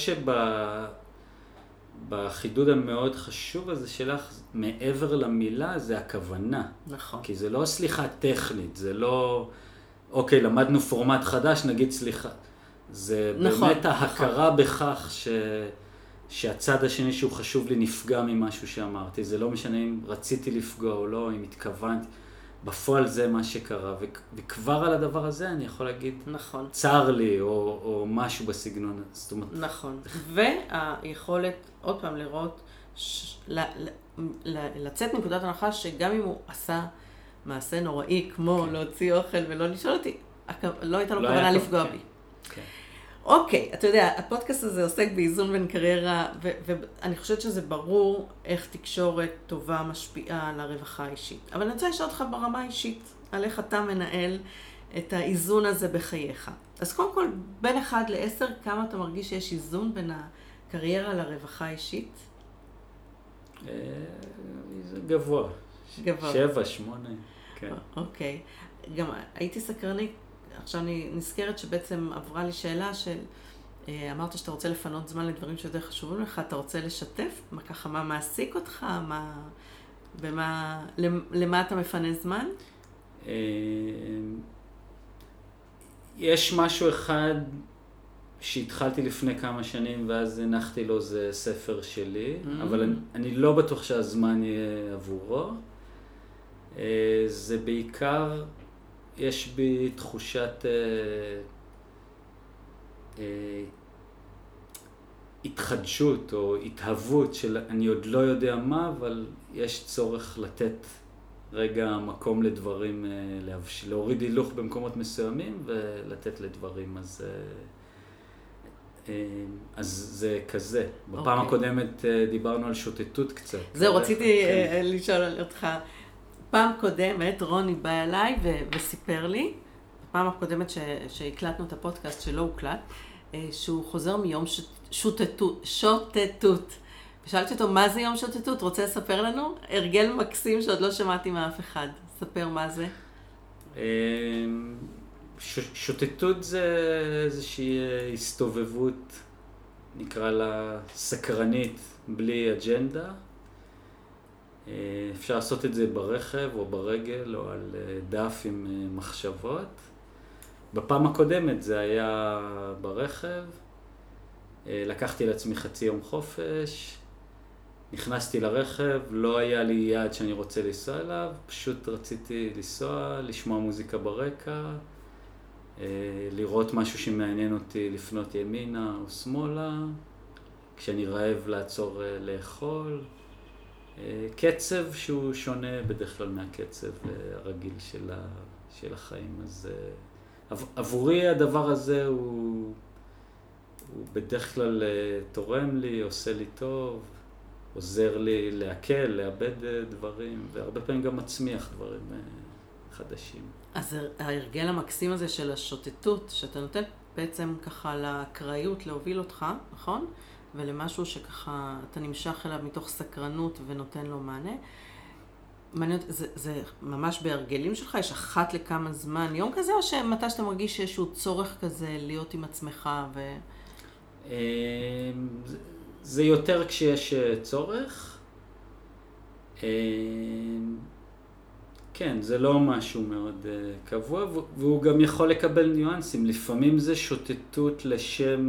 שבחידוד המאוד חשוב הזה שלך, מעבר למילה, זה הכוונה. נכון. כי זה לא סליחה טכנית, זה לא, אוקיי, למדנו פורמט חדש, נגיד סליחה. זה נכון, באמת נכון. ההכרה בכך ש... שהצד השני שהוא חשוב לי נפגע ממשהו שאמרתי. זה לא משנה אם רציתי לפגוע או לא, אם התכוונתי. בפועל זה מה שקרה. ו- וכבר על הדבר הזה אני יכול להגיד, נכון. צר לי או, או משהו בסגנון. זאת אומרת... נכון. והיכולת עוד פעם לראות, ש- ל- ל- לצאת מנקודת הנחה שגם אם הוא עשה מעשה נוראי, כמו להוציא אוכל ולא לשאול אותי, לא הייתה לו לא כוונה היה לפגוע טוב, בי. כן. אוקיי, אתה יודע, הפודקאסט הזה עוסק באיזון בין קריירה, ו- ואני חושבת שזה ברור איך תקשורת טובה משפיעה על הרווחה האישית. אבל אני רוצה לשאול אותך ברמה האישית, על איך אתה מנהל את האיזון הזה בחייך. אז קודם כל, בין אחד לעשר, כמה אתה מרגיש שיש איזון בין הקריירה לרווחה האישית? זה גבוה. גבוה. שבע, שמונה, כן. אוקיי. גם הייתי סקרנית, עכשיו אני נזכרת שבעצם עברה לי שאלה של, אמרת שאתה רוצה לפנות זמן לדברים שיותר חשובים לך, אתה רוצה לשתף? מה ככה, מה מעסיק אותך? מה, במה, למה אתה מפנה זמן? יש משהו אחד שהתחלתי לפני כמה שנים ואז הנחתי לו, זה ספר שלי, mm-hmm. אבל אני, אני לא בטוח שהזמן יהיה עבורו. זה בעיקר, יש בי תחושת התחדשות או התהוות של אני עוד לא יודע מה, אבל יש צורך לתת רגע מקום לדברים, להוריד הילוך במקומות מסוימים ולתת לדברים, אז, אז זה כזה. בפעם okay. הקודמת דיברנו על שוטטות קצת. זהו, רציתי כן. לשאול אותך. פעם קודמת רוני בא אליי ו- וסיפר לי, בפעם הקודמת ש- שהקלטנו את הפודקאסט שלא הוקלט, שהוא חוזר מיום ש- שוטטות, שוטטות. ושאלתי אותו, מה זה יום שוטטות? רוצה לספר לנו? הרגל מקסים שעוד לא שמעתי מאף אחד. ספר מה זה. ש- שוטטות זה איזושהי הסתובבות, נקרא לה סקרנית, בלי אג'נדה. אפשר לעשות את זה ברכב או ברגל או על דף עם מחשבות. בפעם הקודמת זה היה ברכב, לקחתי לעצמי חצי יום חופש, נכנסתי לרכב, לא היה לי יעד שאני רוצה לנסוע אליו, פשוט רציתי לנסוע, לשמוע מוזיקה ברקע, לראות משהו שמעניין אותי לפנות ימינה או שמאלה, כשאני רעב לעצור לאכול. קצב שהוא שונה בדרך כלל מהקצב הרגיל של, ה, של החיים. אז עבורי הדבר הזה הוא, הוא בדרך כלל תורם לי, עושה לי טוב, עוזר לי להקל, לאבד דברים, והרבה פעמים גם מצמיח דברים חדשים. אז ההרגל המקסים הזה של השוטטות, שאתה נותן בעצם ככה לאקראיות להוביל אותך, נכון? ולמשהו שככה אתה נמשך אליו מתוך סקרנות ונותן לו מענה. מעניין, זה, זה ממש בהרגלים שלך? יש אחת לכמה זמן, יום כזה, או שמתי שאתה מרגיש שישהו צורך כזה להיות עם עצמך? ו... זה יותר כשיש צורך. כן, זה לא משהו מאוד קבוע, והוא גם יכול לקבל ניואנסים. לפעמים זה שוטטות לשם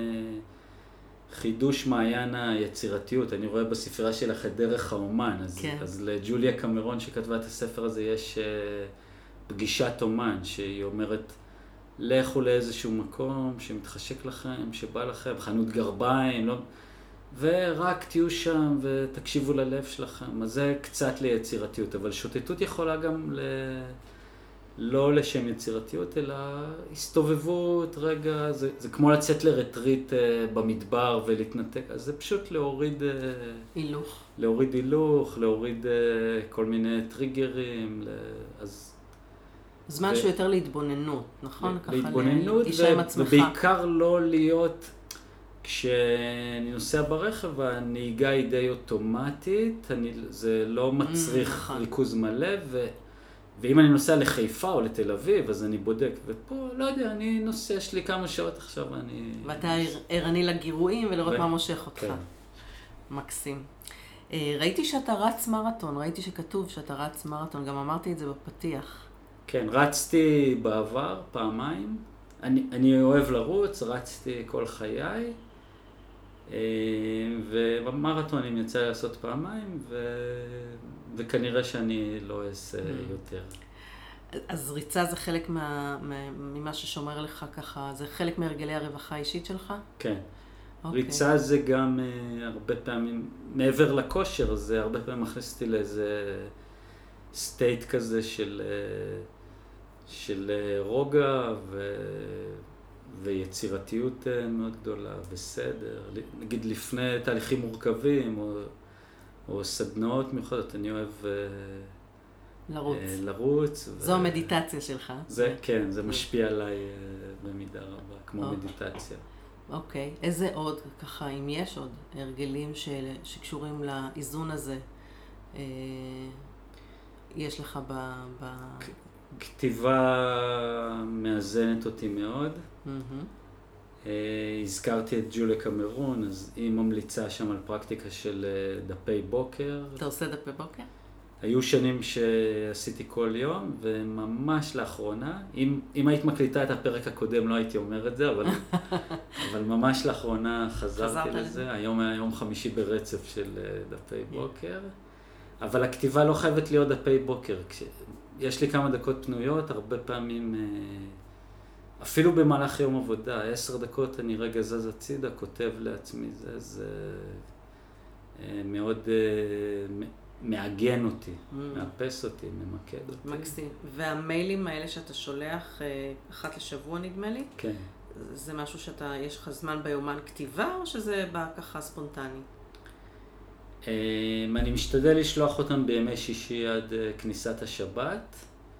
חידוש מעיין היצירתיות. אני רואה בספרייה שלך את דרך האומן, אז, כן. אז לג'וליה קמרון שכתבה את הספר הזה יש uh, פגישת אומן, שהיא אומרת, לכו לאיזשהו מקום שמתחשק לכם, שבא לכם, חנות גרביים, לא... ורק תהיו שם ותקשיבו ללב שלכם. אז זה קצת ליצירתיות, אבל שוטטות יכולה גם ל... לא לשם יצירתיות, אלא הסתובבות, רגע, זה, זה כמו לצאת לרטריט uh, במדבר ולהתנתק, אז זה פשוט להוריד... Uh, הילוך. להוריד הילוך, להוריד uh, כל מיני טריגרים, ל... אז... זמן ו... שהוא יותר להתבוננות, נכון? ל... להתבוננות, ו... ובעיקר לא להיות... כשאני נוסע ברכב, הנהיגה היא די אוטומטית, אני... זה לא מצריך mm, ריכוז מלא, ו... ואם אני נוסע לחיפה או לתל אביב, אז אני בודק, ופה, לא יודע, אני נוסע, יש לי כמה שעות עכשיו, אני... ואתה ערני לגירויים ולראות ו... מה מושך אותך. כן. מקסים. ראיתי שאתה רץ מרתון, ראיתי שכתוב שאתה רץ מרתון, גם אמרתי את זה בפתיח. כן, רצתי בעבר, פעמיים. אני, אני אוהב לרוץ, רצתי כל חיי, ומרתונים יצא לעשות פעמיים, ו... וכנראה שאני לא אעשה יותר. אז ריצה זה חלק מה, ממה ששומר לך ככה, זה חלק מהרגלי הרווחה האישית שלך? כן. Okay. ריצה זה גם uh, הרבה פעמים, מעבר לכושר, זה הרבה פעמים מכניס אותי לאיזה סטייט כזה של, uh, של uh, רוגע ו... ויצירתיות uh, מאוד גדולה, וסדר. נגיד לפני תהליכים מורכבים, או... או סדנאות מיוחדות, אני אוהב לרוץ. לרוץ. זו ו... המדיטציה שלך. זה, כן, זה משפיע עליי במידה רבה, כמו אוקיי. מדיטציה. אוקיי, איזה עוד, ככה, אם יש עוד הרגלים של, שקשורים לאיזון הזה, אה, יש לך ב... ב... כתיבה מאזנת אותי מאוד. Mm-hmm. הזכרתי את ג'וליה קמרון, אז היא ממליצה שם על פרקטיקה של דפי בוקר. אתה עושה דפי בוקר? היו שנים שעשיתי כל יום, וממש לאחרונה, אם, אם היית מקליטה את הפרק הקודם, לא הייתי אומר את זה, אבל, אבל ממש לאחרונה חזרתי לזה. היום היה יום חמישי ברצף של דפי בוקר, אבל הכתיבה לא חייבת להיות דפי בוקר. כש, יש לי כמה דקות פנויות, הרבה פעמים, אפילו במהלך יום עבודה, עשר דקות אני רגע זז הצידה, כותב לעצמי, זה, זה מאוד מעגן אותי, mm. מאפס אותי, ממקד אותי. מקסים. והמיילים האלה שאתה שולח אחת לשבוע נדמה לי? כן. זה משהו שאתה, יש לך זמן ביומן כתיבה, או שזה בא ככה ספונטני? אני משתדל לשלוח אותם בימי שישי עד כניסת השבת.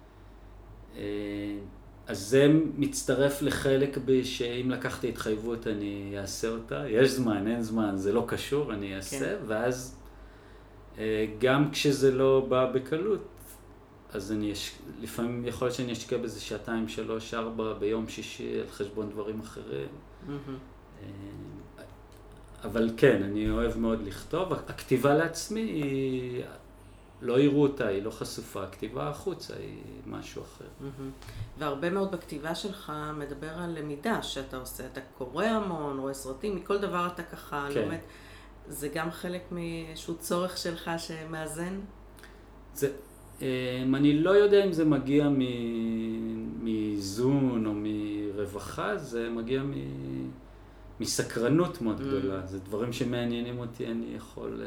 אז זה מצטרף לחלק בי שאם לקחתי התחייבות אני אעשה אותה. יש זמן, אין זמן, זה לא קשור, אני אעשה. כן. ואז גם כשזה לא בא בקלות, אז אני יש, לפעמים יכול להיות שאני אשקיע בזה שעתיים, שלוש, ארבע ביום שישי על חשבון דברים אחרים. Mm-hmm. אבל כן, אני אוהב מאוד לכתוב. הכתיבה לעצמי היא, לא יראו אותה, היא לא חשופה. הכתיבה החוצה היא משהו אחר. Mm-hmm. והרבה מאוד בכתיבה שלך מדבר על למידה שאתה עושה. אתה קורא המון, רואה סרטים, מכל דבר אתה ככה כן. לומד. זה גם חלק מאיזשהו צורך שלך שמאזן? זה, אני לא יודע אם זה מגיע מאיזון או מרווחה, זה מגיע מ... מסקרנות מאוד גדולה. Mm. זה דברים שמעניינים אותי, אני יכול...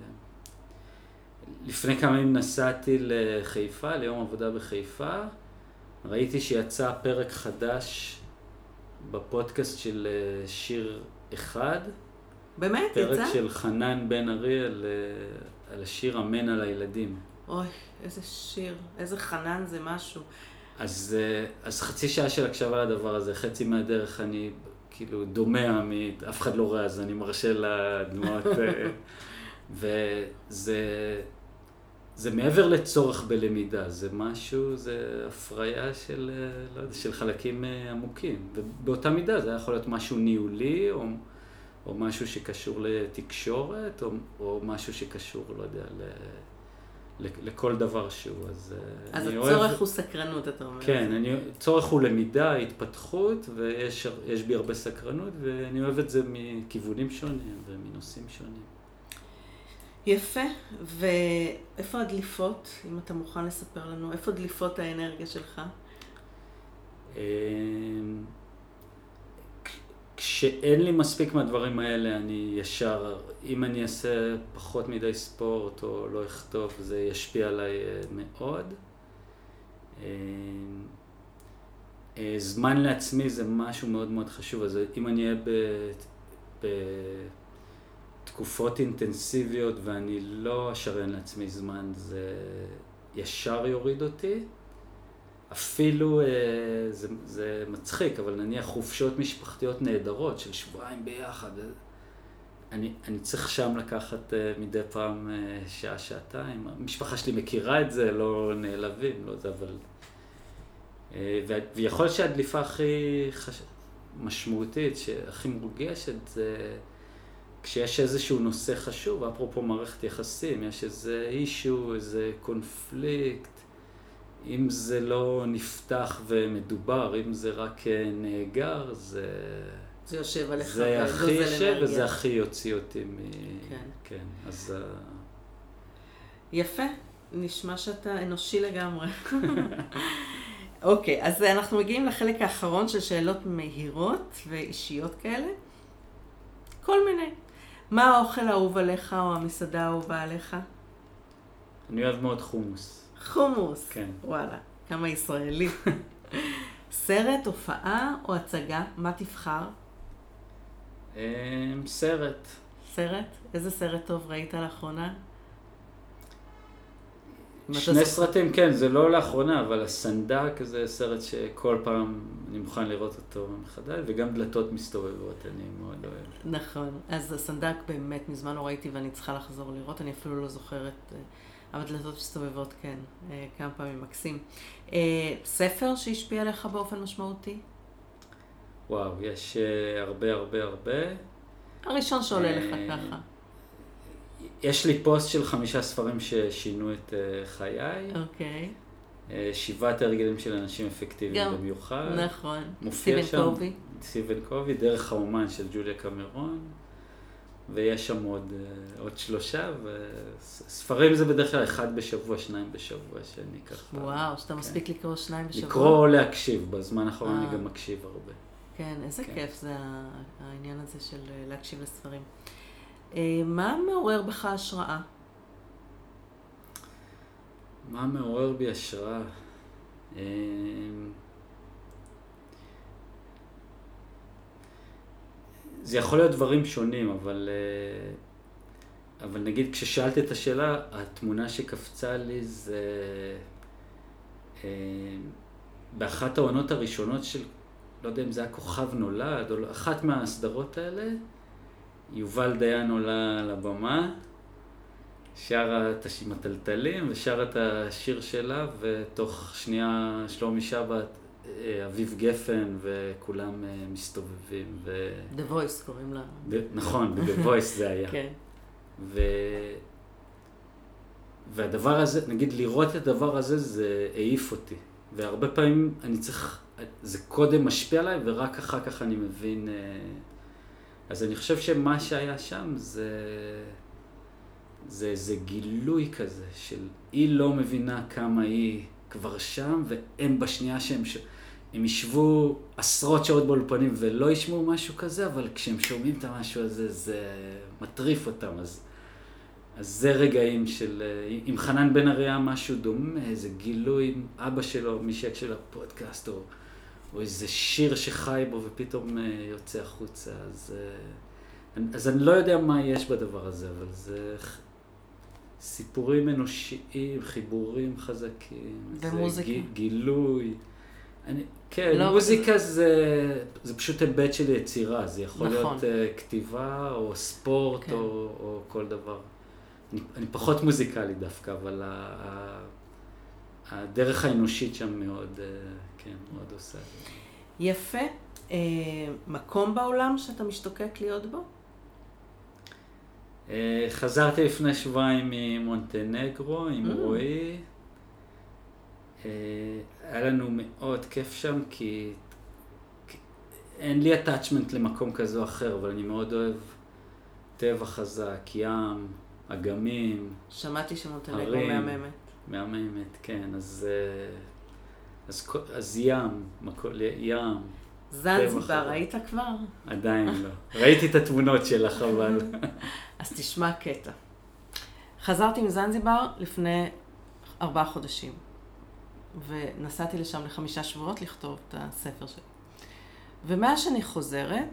לפני כמה ימים נסעתי לחיפה, ליום עבודה בחיפה, ראיתי שיצא פרק חדש בפודקאסט של שיר אחד. באמת? פרק יצא? פרק של חנן בן ארי על, על השיר אמן על הילדים. אוי, איזה שיר, איזה חנן זה משהו. אז, אז חצי שעה של הקשבה לדבר הזה, חצי מהדרך אני כאילו דומע, אף אחד לא רואה, אז אני מרשה לדמעות. וזה זה מעבר לצורך בלמידה, זה משהו, זה הפריה של, לא יודע, של חלקים עמוקים. ובאותה מידה זה יכול להיות משהו ניהולי, או, או משהו שקשור לתקשורת, או, או משהו שקשור, לא יודע, ל... לכל דבר שהוא, אז, אז הצורך אוהב... הוא סקרנות, אתה אומר. כן, אני... צורך הוא למידה, התפתחות, ויש יש בי הרבה סקרנות, ואני אוהב את זה מכיוונים שונים ומנושאים שונים. יפה, ואיפה הדליפות, אם אתה מוכן לספר לנו, איפה דליפות האנרגיה שלך? כשאין לי מספיק מהדברים האלה, אני ישר, אם אני אעשה פחות מדי ספורט או לא אכתוב, זה ישפיע עליי מאוד. זמן לעצמי זה משהו מאוד מאוד חשוב, אז אם אני אהיה בתקופות אינטנסיביות ואני לא אשרן לעצמי זמן, זה ישר יוריד אותי. אפילו זה, זה מצחיק, אבל נניח חופשות משפחתיות נהדרות של שבועיים ביחד, אני, אני צריך שם לקחת מדי פעם שעה, שעתיים. המשפחה שלי מכירה את זה, לא נעלבים, לא זה, אבל... ויכול להיות שהדליפה הכי חש... משמעותית, שהכי מורגשת, זה כשיש איזשהו נושא חשוב, אפרופו מערכת יחסים, יש איזה אישו, איזה קונפליקט, אם זה לא נפתח ומדובר, אם זה רק נאגר, זה... זה יושב עליך. זה הכי יושב וזה הכי יוציא אותי מ... כן. כן, אז... יפה, נשמע שאתה אנושי לגמרי. אוקיי, אז אנחנו מגיעים לחלק האחרון של שאלות מהירות ואישיות כאלה. כל מיני. מה האוכל האהוב עליך או המסעדה האהובה עליך? אני אוהב מאוד חומוס. חומוס? כן. וואלה, כמה ישראלי. סרט, הופעה או הצגה? מה תבחר? סרט. סרט? איזה סרט טוב ראית לאחרונה? שני סרטים, כן, זה לא לאחרונה, אבל הסנדק זה סרט שכל פעם אני מוכן לראות אותו מחדש, וגם דלתות מסתובבות, אני מאוד אוהב. נכון, אז הסנדק באמת מזמן לא ראיתי ואני צריכה לחזור לראות, אני אפילו לא זוכרת, אבל דלתות מסתובבות, כן, כמה פעמים מקסים. ספר שהשפיע עליך באופן משמעותי? וואו, יש הרבה הרבה הרבה. הראשון שעולה לך ככה. יש לי פוסט של חמישה ספרים ששינו את חיי. אוקיי. שבעת הרגלים של אנשים אפקטיביים במיוחד. נכון. מופיע שם. סטיבן קובי, דרך האומן של ג'וליה קמרון. ויש שם עוד, עוד שלושה, וספרים זה בדרך כלל אחד בשבוע, שניים בשבוע, שאני ככה... וואו, שאתה כן. מספיק לקרוא שניים בשבוע? לקרוא או להקשיב, בזמן האחרון אני גם מקשיב הרבה. כן, איזה כן. כיף זה העניין הזה של להקשיב לספרים. מה מעורר בך השראה? מה מעורר בי השראה? זה יכול להיות דברים שונים, אבל, אבל נגיד כששאלת את השאלה, התמונה שקפצה לי זה באחת העונות הראשונות של, לא יודע אם זה היה כוכב נולד, או אחת מהסדרות האלה, יובל דיין עולה לבמה, שרה את המטלטלים ושרה את השיר שלה, ותוך שנייה שלומי שבת, אביב גפן וכולם מסתובבים. ו... The Voice קוראים לה. נכון, ב-The Voice זה היה. כן. ו... והדבר הזה, נגיד לראות את הדבר הזה, זה העיף אותי. והרבה פעמים אני צריך, זה קודם משפיע עליי ורק אחר כך אני מבין. אז אני חושב שמה שהיה שם זה... זה איזה גילוי כזה של היא לא מבינה כמה היא כבר שם, והם בשנייה שהם ש... הם ישבו עשרות שעות באולפנים ולא ישמעו משהו כזה, אבל כשהם שומעים את המשהו הזה, זה מטריף אותם. אז, אז זה רגעים של, עם חנן בן אריה משהו דומה, איזה גילוי עם אבא שלו, מי שיקשיב לפודקאסט, או, או איזה שיר שחי בו ופתאום יוצא החוצה. אז, אז אני לא יודע מה יש בדבר הזה, אבל זה סיפורים אנושיים, חיבורים חזקים. ומוזיקה. זה גילוי. אני, כן, לא, מוזיקה זה, זה פשוט היבט של יצירה, זה יכול נכון. להיות uh, כתיבה או ספורט כן. או, או כל דבר. אני, אני פחות מוזיקלי דווקא, אבל ה, ה, הדרך האנושית שם מאוד, uh, כן, מאוד עושה. יפה. Uh, מקום בעולם שאתה משתוקק להיות בו? Uh, חזרתי לפני שבועיים ממונטנגרו, עם mm. רועי. היה לנו מאוד כיף שם, כי אין לי attachment למקום כזה או אחר, אבל אני מאוד אוהב טבע חזק, ים, אגמים, שמעתי שמונטנגרו מהממת. מהממת, כן, אז, אז, אז ים, ים. זנזיבר, היית כבר? עדיין לא. ראיתי את התמונות שלך, אבל... אז תשמע קטע. חזרתי מזנזיבר לפני ארבעה חודשים. ונסעתי לשם לחמישה שבועות לכתוב את הספר שלי. ומאז שאני חוזרת,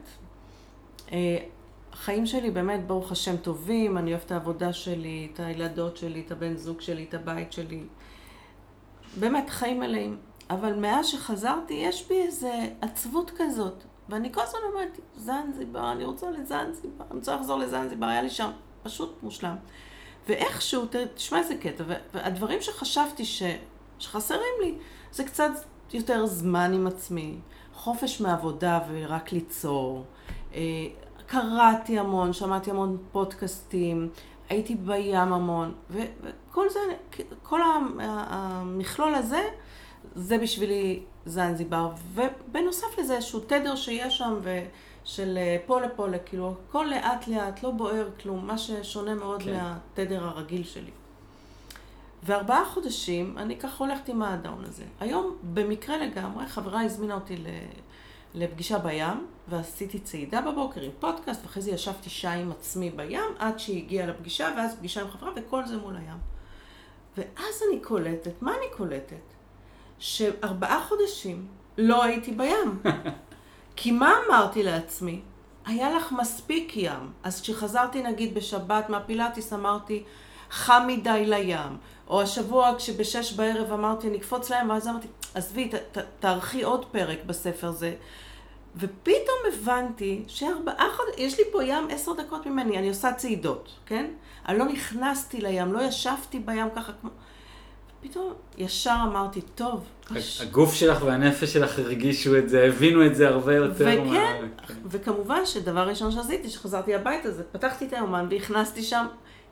החיים שלי באמת ברוך השם טובים, אני אוהבת את העבודה שלי, את הילדות שלי, את הבן זוג שלי, את הבית שלי. באמת חיים מלאים. אבל מאז שחזרתי יש בי איזו עצבות כזאת. ואני כל הזמן אומרת, זנזיבר, אני רוצה לזנזיבר, אני רוצה לחזור לזנזיבר, היה לי שם פשוט מושלם. ואיכשהו, תשמע איזה קטע, והדברים שחשבתי ש... שחסרים לי, זה קצת יותר זמן עם עצמי, חופש מעבודה ורק ליצור. קראתי המון, שמעתי המון פודקאסטים, הייתי בים המון, וכל זה, כל המכלול הזה, זה בשבילי זנזיבר. ובנוסף לזה, איזשהו תדר שיש שם, של פה לפה, כאילו, הכל לאט לאט, לא בוער כלום, מה ששונה מאוד כן. מהתדר הרגיל שלי. וארבעה חודשים, אני ככה הולכת עם הדאון הזה. היום, במקרה לגמרי, חברה הזמינה אותי לפגישה בים, ועשיתי צעידה בבוקר עם פודקאסט, ואחרי זה ישבתי שעה עם עצמי בים, עד שהיא הגיעה לפגישה, ואז פגישה עם חברה, וכל זה מול הים. ואז אני קולטת, מה אני קולטת? שארבעה חודשים לא הייתי בים. כי מה אמרתי לעצמי? היה לך מספיק ים. אז כשחזרתי נגיד בשבת מהפילאטיס, אמרתי, חם מדי לים. או השבוע כשבשש בערב אמרתי, נקפוץ לים, ואז אמרתי, עזבי, ת, ת, תערכי עוד פרק בספר זה. ופתאום הבנתי שארבעה חודשים, יש לי פה ים עשר דקות ממני, אני עושה צעידות, כן? אני לא נכנסתי לים, לא ישבתי בים ככה כמו... פתאום ישר אמרתי, טוב. הגוף שלך והנפש שלך הרגישו את זה, הבינו את זה הרבה יותר. וכן, וכמובן שדבר ראשון שעשיתי, שחזרתי הביתה, זה פתחתי את היומן והכנסתי שם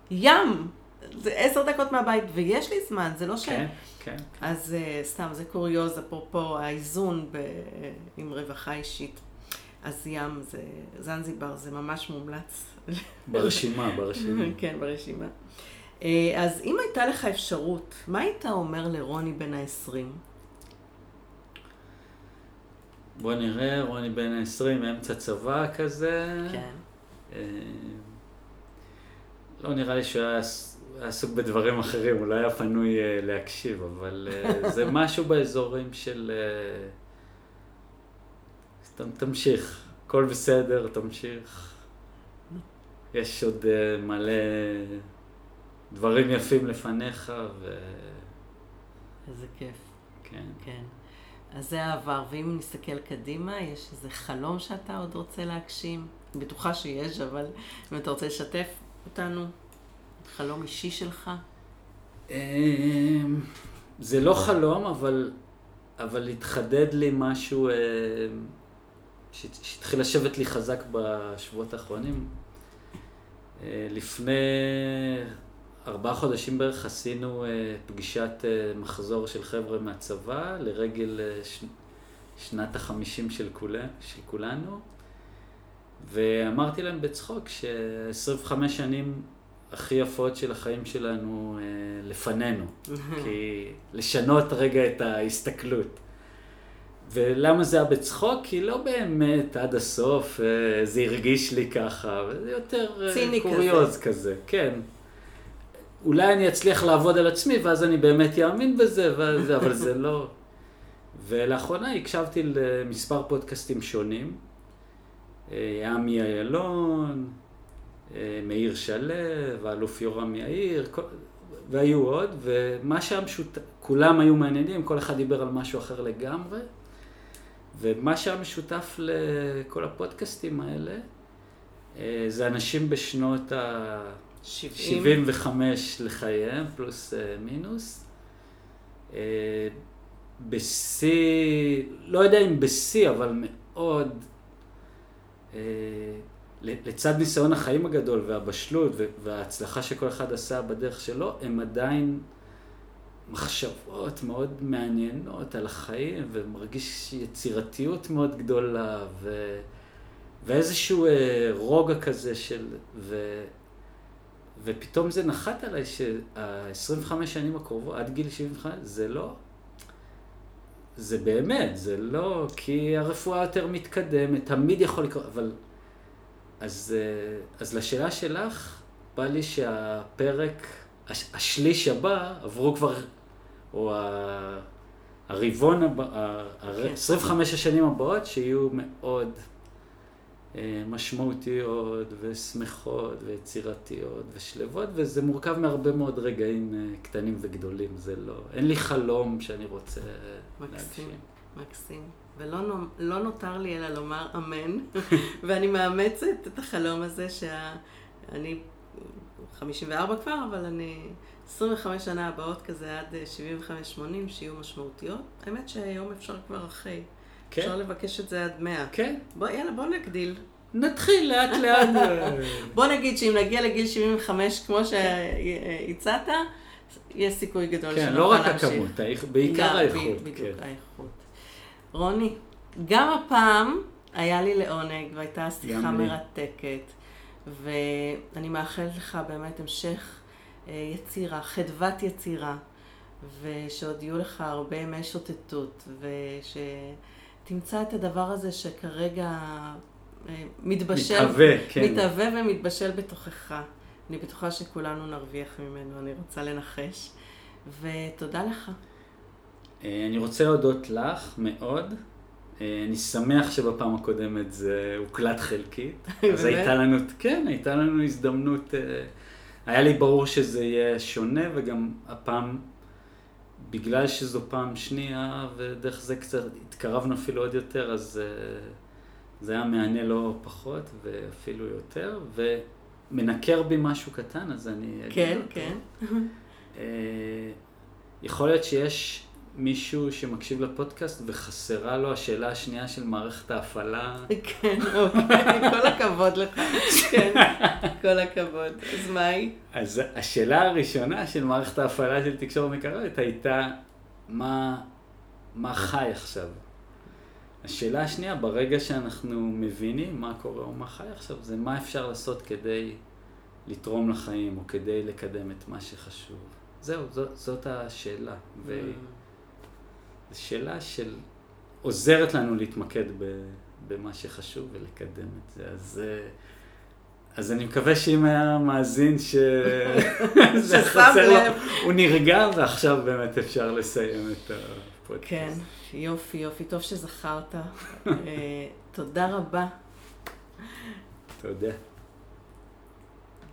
ים! זה עשר דקות מהבית, ויש לי זמן, זה לא ש... כן, כן. אז uh, סתם, זה קוריוז, אפרופו האיזון ב... עם רווחה אישית. אז ים, זה... זנזיבר, זה ממש מומלץ. ברשימה, ברשימה. כן, ברשימה. Uh, אז אם הייתה לך אפשרות, מה היית אומר לרוני בן העשרים? בוא נראה, רוני בן העשרים, אמצע צבא כזה. כן. Uh, לא נראה לי שהוא היה עסוק בדברים אחרים, הוא לא היה פנוי uh, להקשיב, אבל uh, זה משהו באזורים של... Uh, תמשיך, הכל בסדר, תמשיך. יש עוד uh, מלא דברים יפים לפניך ו... איזה כיף. כן. כן. אז זה העבר, ואם נסתכל קדימה, יש איזה חלום שאתה עוד רוצה להגשים? אני בטוחה שיש, אבל אם אתה רוצה לשתף אותנו, חלום אישי שלך? זה לא חלום, אבל, אבל התחדד לי משהו שהתחיל לשבת לי חזק בשבועות האחרונים. לפני ארבעה חודשים בערך עשינו פגישת מחזור של חבר'ה מהצבא לרגל שנת החמישים של כולנו. ואמרתי להם בצחוק ש-עשרים וחמש שנים הכי יפות של החיים שלנו אה, לפנינו, כי לשנות רגע את ההסתכלות. ולמה זה היה בצחוק? כי לא באמת עד הסוף אה, זה הרגיש לי ככה, וזה יותר אה, קוריוז כזה. כזה, כן. אולי אני אצליח לעבוד על עצמי ואז אני באמת יאמין בזה, וזה, אבל זה לא. ולאחרונה הקשבתי למספר פודקאסטים שונים, יעמי איילון, מאיר שלו, האלוף יורם יאיר, והיו עוד, ומה שהם שוט... כולם היו מעניינים, כל אחד דיבר על משהו אחר לגמרי, ומה שהיה משותף לכל הפודקאסטים האלה, זה אנשים בשנות ה-שבעים וחמש לחייהם, פלוס מינוס. בשיא, לא יודע אם בשיא, אבל מאוד, לצד ניסיון החיים הגדול והבשלות וההצלחה שכל אחד עשה בדרך שלו, הם עדיין מחשבות מאוד מעניינות על החיים, ומרגיש יצירתיות מאוד גדולה, ו... ואיזשהו רוגע כזה של... ו... ופתאום זה נחת עליי שה-עשרים וחמש שנים הקרובות, עד גיל שבעים וחמש, זה לא... זה באמת, זה לא... כי הרפואה יותר מתקדמת, תמיד יכול לקרות, אבל... אז, אז לשאלה שלך, בא לי שהפרק, השליש הבא, עברו כבר, או הרבעון הבא, עשרים וחמש השנים הבאות, שיהיו מאוד משמעותיות ושמחות ויצירתיות ושלבות, וזה מורכב מהרבה מאוד רגעים קטנים וגדולים, זה לא, אין לי חלום שאני רוצה להגשים. מקסים. ולא לא נותר לי אלא לומר אמן, ואני מאמצת את החלום הזה שאני חמישים וארבע כבר, אבל אני עשרים וחמש שנה הבאות כזה עד שבעים וחמש שמונים שיהיו משמעותיות. האמת שהיום אפשר כבר אחרי. כן. אפשר לבקש את זה עד מאה. כן. בוא, יאללה, בוא נגדיל. נתחיל לאט לאט. בוא נגיד שאם נגיע לגיל שבעים וחמש כמו שהצעת, יש סיכוי גדול כן, לא רק הכמות, בעיקר האיכות. בדיוק, האיכות. רוני, גם הפעם היה לי לעונג והייתה שיחה מרתקת, ואני מאחלת לך באמת המשך יצירה, חדוות יצירה, ושעוד יהיו לך הרבה ימי שוטטות, ושתמצא את הדבר הזה שכרגע מתבשל, מתהווה, כן. מתהווה ומתבשל בתוכך. אני בטוחה שכולנו נרוויח ממנו, אני רוצה לנחש, ותודה לך. אני רוצה להודות לך מאוד. אני שמח שבפעם הקודמת זה הוקלט חלקית. אז הייתה לנו, כן, הייתה לנו הזדמנות. היה לי ברור שזה יהיה שונה, וגם הפעם, בגלל שזו פעם שנייה, ודרך זה קצת התקרבנו אפילו עוד יותר, אז זה היה מענה לא פחות ואפילו יותר, ומנקר בי משהו קטן, אז אני אגיד כן, אותו. כן. יכול להיות שיש מישהו שמקשיב לפודקאסט וחסרה לו השאלה השנייה של מערכת ההפעלה. כן, אוקיי, כל הכבוד לך. כן, כל הכבוד. אז מה היא? אז השאלה הראשונה של מערכת ההפעלה של תקשורת מקרבת הייתה, מה, מה חי עכשיו? השאלה השנייה, ברגע שאנחנו מבינים מה קורה או מה חי עכשיו, זה מה אפשר לעשות כדי לתרום לחיים או כדי לקדם את מה שחשוב. זהו, זאת, זאת השאלה. ו... זו שאלה של עוזרת לנו להתמקד במה שחשוב ולקדם את זה. אז, אז אני מקווה שאם היה מאזין שזה חסר לו, הוא נרגע ועכשיו באמת אפשר לסיים את הפודקאסט. כן, יופי, יופי, טוב שזכרת. תודה רבה. תודה.